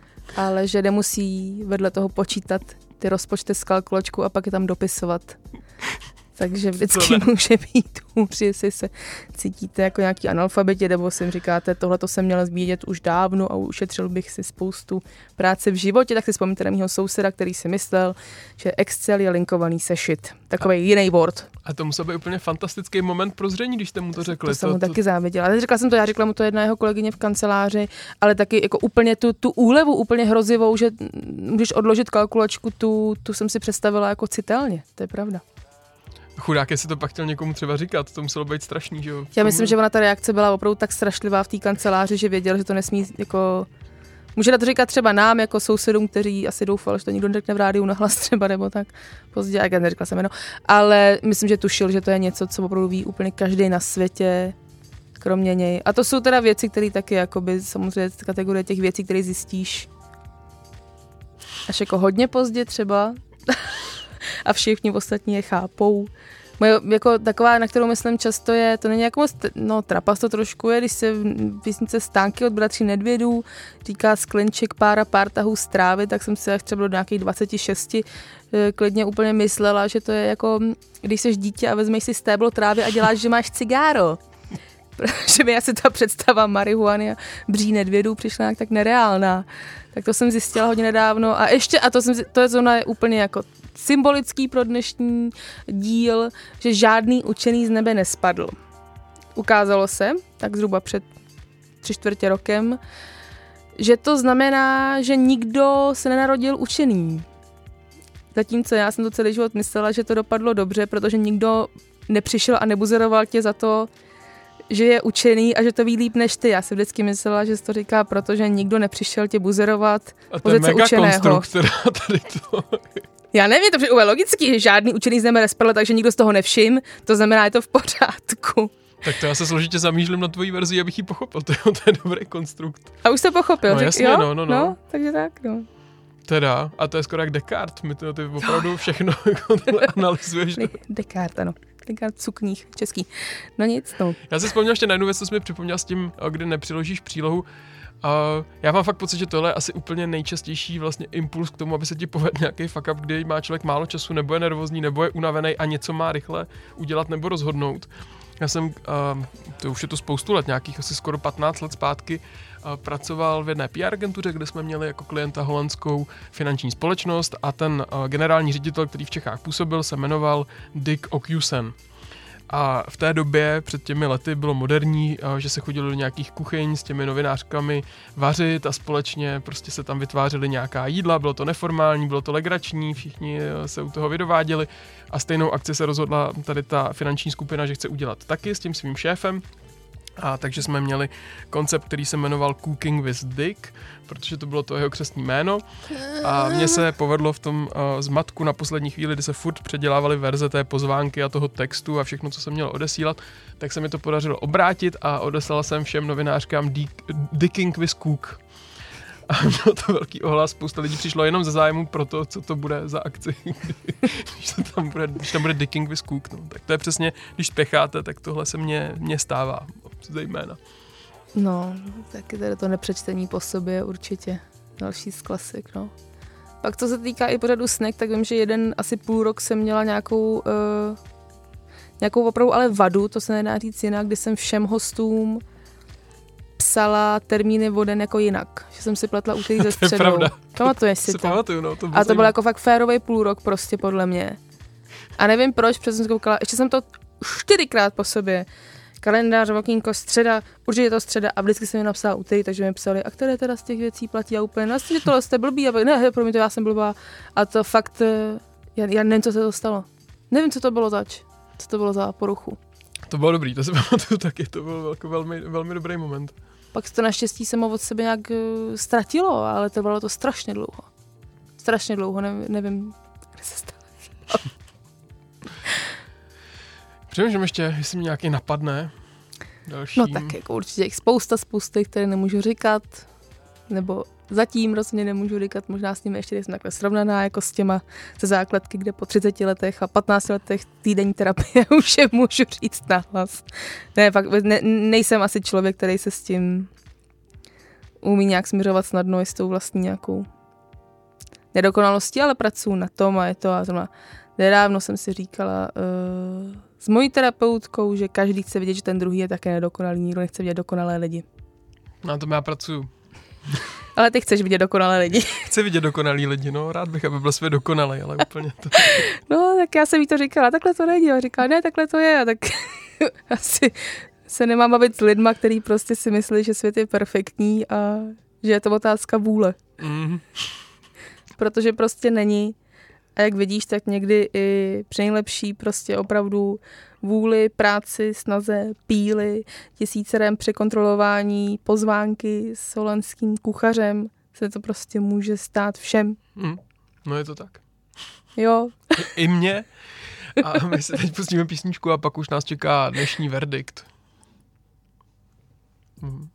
ale že nemusí vedle toho počítat ty rozpočty z kalkulačku a pak je tam dopisovat. Takže vždycky může být hůř, jestli se cítíte jako nějaký analfabeti, nebo si říkáte, tohle to jsem měla vědět už dávno a ušetřil bych si spoustu práce v životě, tak si vzpomněte na mýho souseda, který si myslel, že Excel je linkovaný sešit. Takový jiný Word. A to musel být úplně fantastický moment prozření, když jste mu to řekli. To jsem to, mu to... taky záviděla. Ale řekla jsem to, já řekla mu to jedna jeho kolegyně v kanceláři, ale taky jako úplně tu, tu úlevu úplně hrozivou, že můžeš odložit kalkulačku, tu, tu jsem si představila jako citelně. To je pravda. Chudák, jestli to pak chtěl někomu třeba říkat, to muselo být strašný, že jo? Já myslím, že ona ta reakce byla opravdu tak strašlivá v té kanceláři, že věděl, že to nesmí jako... Může na to říkat třeba nám, jako sousedům, kteří asi doufali, že to nikdo neřekne v rádiu nahlas třeba, nebo tak později, jak neřekla jsem jméno. Ale myslím, že tušil, že to je něco, co opravdu ví úplně každý na světě, kromě něj. A to jsou teda věci, které taky, jakoby, samozřejmě kategorie těch věcí, které zjistíš až jako hodně pozdě třeba. A všichni ostatní je chápou. Moje, jako taková, na kterou myslím často je, to není jako moc, no trapas to trošku je, když se v písnice Stánky od bratří Nedvědů říká sklenček pára pár tahů strávy, tak jsem si třeba do nějakých dvacet šest klidně úplně myslela, že to je jako, když jsi dítě a vezmeš si stéblo trávy a děláš, že máš cigáro. Protože mi asi ta představa marihuany a bří Nedvědů přišla nějak tak nereálná. Tak to jsem zjistila hodně nedávno. A ještě, a to, jsem, to je zóna úplně jako symbolický pro dnešní díl, že žádný učený z nebe nespadl. Ukázalo se, tak zhruba před tři čtvrtě rokem, že to znamená, že nikdo se nenarodil učený. Zatímco já jsem to celý život myslela, že to dopadlo dobře, protože nikdo nepřišel a nebuzeroval tě za to, že je učený a že to ví líp než ty. Já jsem vždycky myslela, že se to říká, protože nikdo nepřišel tě buzerovat z pozice učeného. Tady to... Já nevím, to je logický, že žádný učený z nebe nespadl, takže nikdo z toho nevšim, to znamená, je to v pořádku. Tak to já se složitě zamýšlím na tvojí verzi, abych ji pochopil, to je, to je dobrý konstrukt. A už jsi to pochopil, no, řek, jasně, jo? No, no, no. no, takže tak, no. Teda, a to je skoro jak Descartes, my to, ty opravdu všechno analyzuješ. Descartes, ano. Descartes cukních, český. No nic, no. Já si vzpomněl ještě na jednu věc, co jsi mi připomněl s tím, kdy nepřiložíš přílohu. Uh, já mám fakt pocit, že tohle je asi úplně nejčastější vlastně impuls k tomu, aby se ti povedl nějaký fuck up, kdy má člověk málo času, nebo je nervózní, nebo je unavený a něco má rychle udělat nebo rozhodnout. Já jsem, uh, to už je to spoustu let, nějakých asi skoro patnáct let zpátky, uh, pracoval v jedné P R agentuře, kde jsme měli jako klienta holandskou finanční společnost a ten uh, generální ředitel, který v Čechách působil, se jmenoval Dick Ocusen. A v té době, před těmi lety, bylo moderní, že se chodilo do nějakých kuchyň s těmi novinářkami vařit a společně prostě se tam vytvářely nějaká jídla, bylo to neformální, bylo to legrační, všichni se u toho vydováděli a stejnou akci se rozhodla tady ta finanční skupina, že chce udělat taky s tím svým šéfem. A takže jsme měli koncept, který se jmenoval Cooking with Dick, protože to bylo to jeho křestní jméno. A mně se povedlo v tom uh, zmatku na poslední chvíli, kdy se furt předělávaly verze té pozvánky a toho textu a všechno, co jsem měl odesílat, tak se mi to podařilo obrátit a odeslal jsem všem novinářkám Dick, Dicking with Cook. A bylo to velký ohlas, spousta lidí přišlo jenom ze zájmu pro to, co to bude za akci, když, to tam bude, když tam bude Dicking with Cook. No. Tak to je přesně, když spěcháte, tak tohle se mně, mně stává, zejména. No, taky tady to nepřečtení po sobě určitě. Další z klasik, no. Pak co se týká i pořadu Snack, tak vím, že jeden asi půl rok jsem měla nějakou, uh, nějakou opravdu ale vadu, to se nedá říct jinak, kdy jsem všem hostům psala termíny o den jako jinak. Že jsem si pletla úterý ze středou. To je pravda. Pamatuješ si to? Pamatuju, no, to a to byl jako fakt férovej půl rok prostě podle mě. A nevím proč, protože jsem si koukala, ještě jsem to čtyřikrát po sobě. Kalendář, okýnko, středa, určitě je to středa a vždycky jsem mi napsala úterý, takže mi psali, a které teda z těch věcí platí a úplně, no že tohle jste blbý, a pak, ne, pro mě to já jsem blbá. A to fakt, já, já nevím, co se to stalo. Nevím, co to bylo zač, co to bylo za poruchu. To bylo dobrý, to si pamatuju taky, to byl jako velmi, velmi dobrý moment. Pak to naštěstí samo od sebe nějak uh, ztratilo, ale trvalo to strašně dlouho. Strašně dlouho, ne, nevím, kde se stalo. Přemýšlím ještě, jestli mi nějaký napadne další. No tak jako určitě jich spousta, spousta, které nemůžu říkat, nebo zatím rozhodně nemůžu říkat, možná s nimi ještě jsem takhle srovnaná jako s těma ze základky, kde po třiceti letech a patnácti letech týdenní terapie už je můžu říct nahlas. Ne, fakt ne, nejsem asi člověk, který se s tím umí nějak směřovat snadno, i s tou vlastní nějakou nedokonalostí, ale pracuji na tom a je to a zrovna Nedávno jsem si říkala uh, s mojí terapeutkou, že každý chce vidět, že ten druhý je také nedokonalý, nikdo nechce vidět dokonalé lidi. Na tom já pracuju. Ale ty chceš vidět dokonalé lidi. Chci vidět dokonalý lidi, no rád bych, aby byl svět dokonalý, ale úplně to... No, tak já jsem jí to říkala, takhle to není. A říkala, ne, takhle to je. A tak asi se nemám bavit s lidma, který prostě si myslí, že svět je perfektní a že je to otázka vůle. Mm. Protože prostě není. A jak vidíš, tak někdy i při nejlepší prostě opravdu vůli, práci, snaze, píly, tisícerem překontrolování, pozvánky s holandským kuchařem se to prostě může stát všem. Mm. No je to tak. Jo. I, I mě. A my se teď pustíme písničku a pak už nás čeká dnešní verdikt. Mm.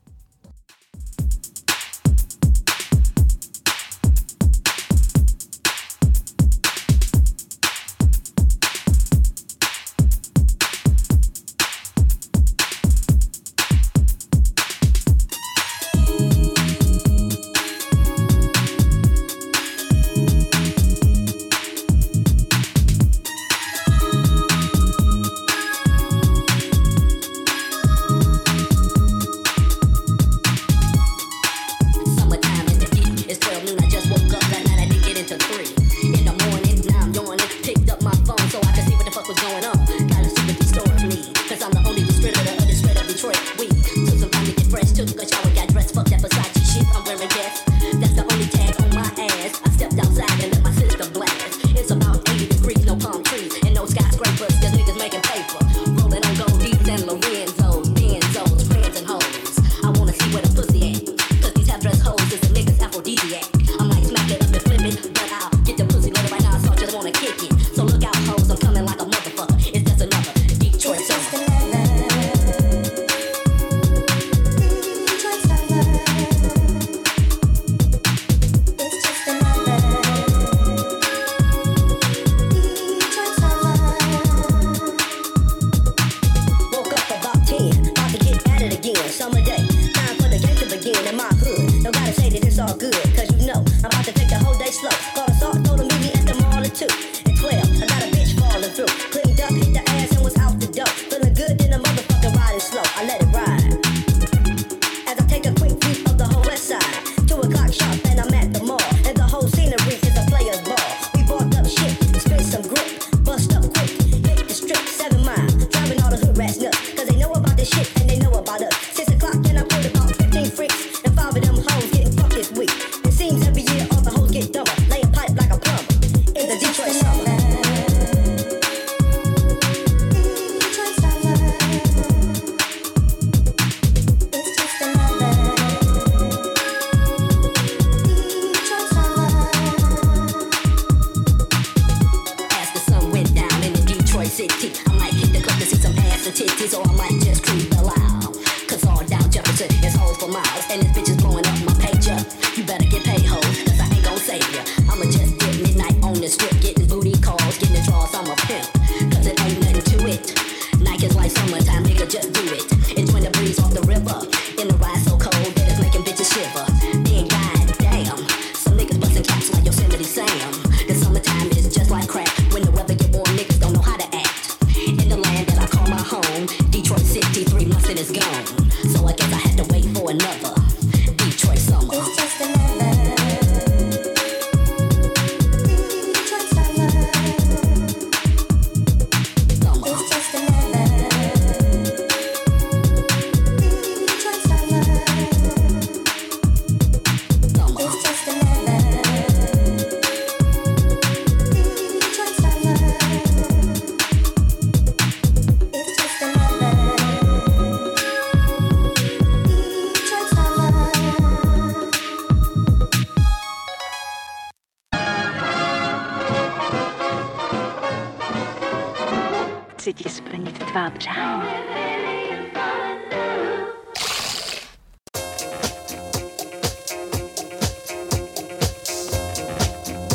Chci ti splnit tvá přání.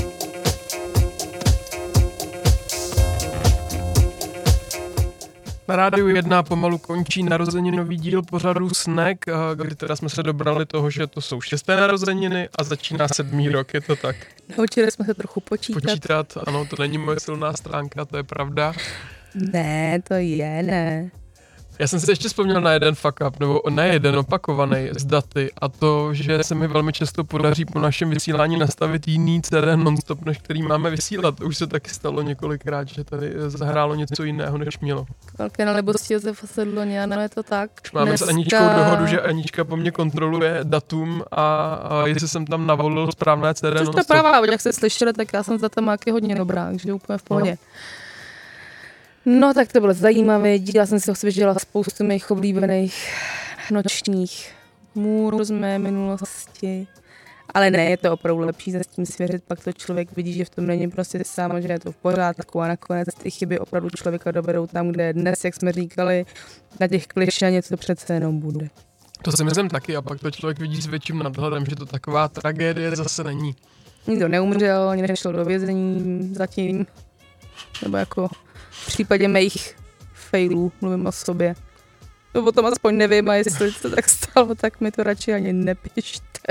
Na Na Rádiu jedna pomalu končí narozeninový díl pořadu Snack, kdy teda jsme se dobrali toho, že to jsou šesté narozeniny a začíná sedmý rok, je to tak? Naučili jsme se trochu počítat. Počítat, ano, to není moje silná stránka, to je pravda. Ne, to je, ne. Já jsem si ještě vzpomněl na jeden fuck up, nebo ne jeden opakovaný z daty, a to, že se mi velmi často podaří po našem vysílání nastavit jiný C D non-stop, než který máme vysílat. Už se taky stalo několikrát, že tady zahrálo něco jiného, než mělo. Velké nalibosti Josefa Sedloně, ano, je to tak. Už máme Dneska... s Aničkou dohodu, že Anička po mně kontroluje datum a, a jestli jsem tam navolil správné C D non-stop. Což to pravá, jak jste slyšeli, tak já jsem za Tamáky hodně dobrá, takže úplně v pohodě. No. No tak to bylo zajímavé, díla jsem si ho svěžila spoustu mých oblíbených nočních můrů z mé minulosti, ale ne, je to opravdu lepší se s tím svěřit, pak to člověk vidí, že v tom není prostě sám, že je to v pořádku a nakonec ty chyby opravdu člověka dovedou tam, kde dnes, jak jsme říkali, na těch klišé něco přece jenom bude. To si myslím taky a pak to člověk vidí s větším nadhledem, že to taková tragédie zase není. Nikdo neumřel, ani nešel do vězení zatím, nebo jako v případě mých failů, mluvím o sobě. No o tom aspoň nevím, a jestli se tak stalo, tak mi to radši ani nepište.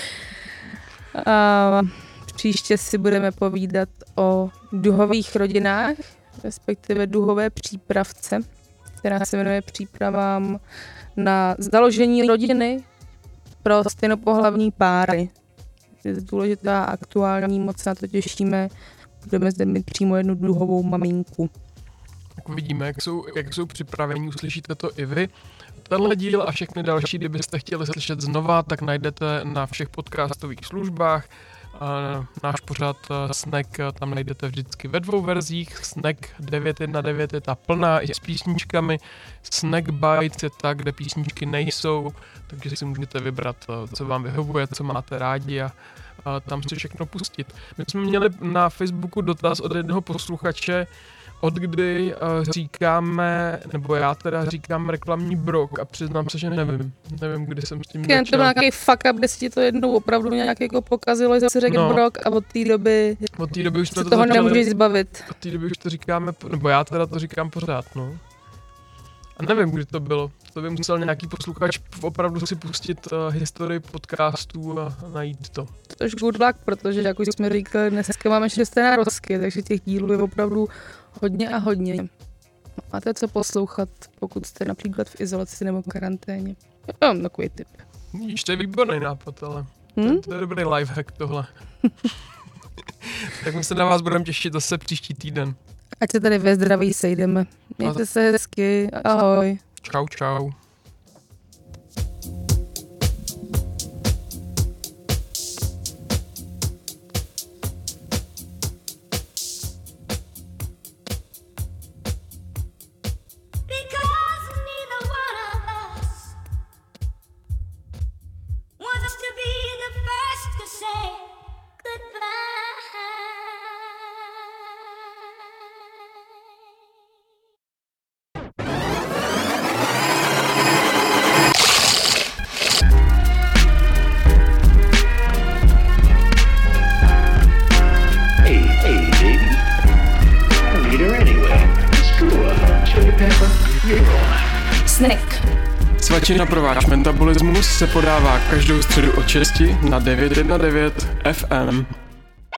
A příště si budeme povídat o duhových rodinách, respektive duhové přípravce, která se jmenuje přípravám na založení rodiny pro stejnopohlavní páry. Je důležitá a aktuální, moc na to těšíme. Budeme zde mít přímo jednu duhovou maminku. Tak uvidíme, jak jsou, jak jsou připraveni, uslyšíte to i vy. Tenhle díl a všechny další, kdybyste chtěli slyšet znova, tak najdete na všech podcastových službách. Náš pořad Snack tam najdete vždycky ve dvou verzích. Snack devět jedna devět je ta plná i s písničkami. Snack Bites je ta, kde písničky nejsou, takže si můžete vybrat, co vám vyhovuje, co máte rádi a a tam si všechno pustit. My jsme měli na Facebooku dotaz od jednoho posluchače, od kdy uh, říkáme, nebo já teda říkám reklamní brok a přiznám se, že nevím. Nevím, kdy jsem s tím začal. To byl nějaký fuck up, kde si ti to jednou opravdu nějak jako pokazilo, že si řekl no. brok a od té doby, od té doby už jsme se to toho začali, nemůžeš zbavit. Od té doby už to říkáme, nebo já teda to říkám pořád, no. A nevím, kdy to bylo. To by musel nějaký posluchač opravdu si pustit uh, historii podcastů a najít to. To je good luck, protože jak už jsme říkali, dneska máme šesté narozky, takže těch dílů je opravdu hodně a hodně. Máte co poslouchat, pokud jste například v izolaci nebo karanténě. Já mám takový tip. Víš, to je výborný nápad, ale hmm? to, to je dobrý lifehack tohle. Tak my se na vás budeme těšit zase příští týden. Ať se tady ve zdraví sejdeme. Mějte se hezky. Ahoj. Čau, čau. Svačina pro váš metabolismus se podává každou středu od šesti na devět jedna devět F M.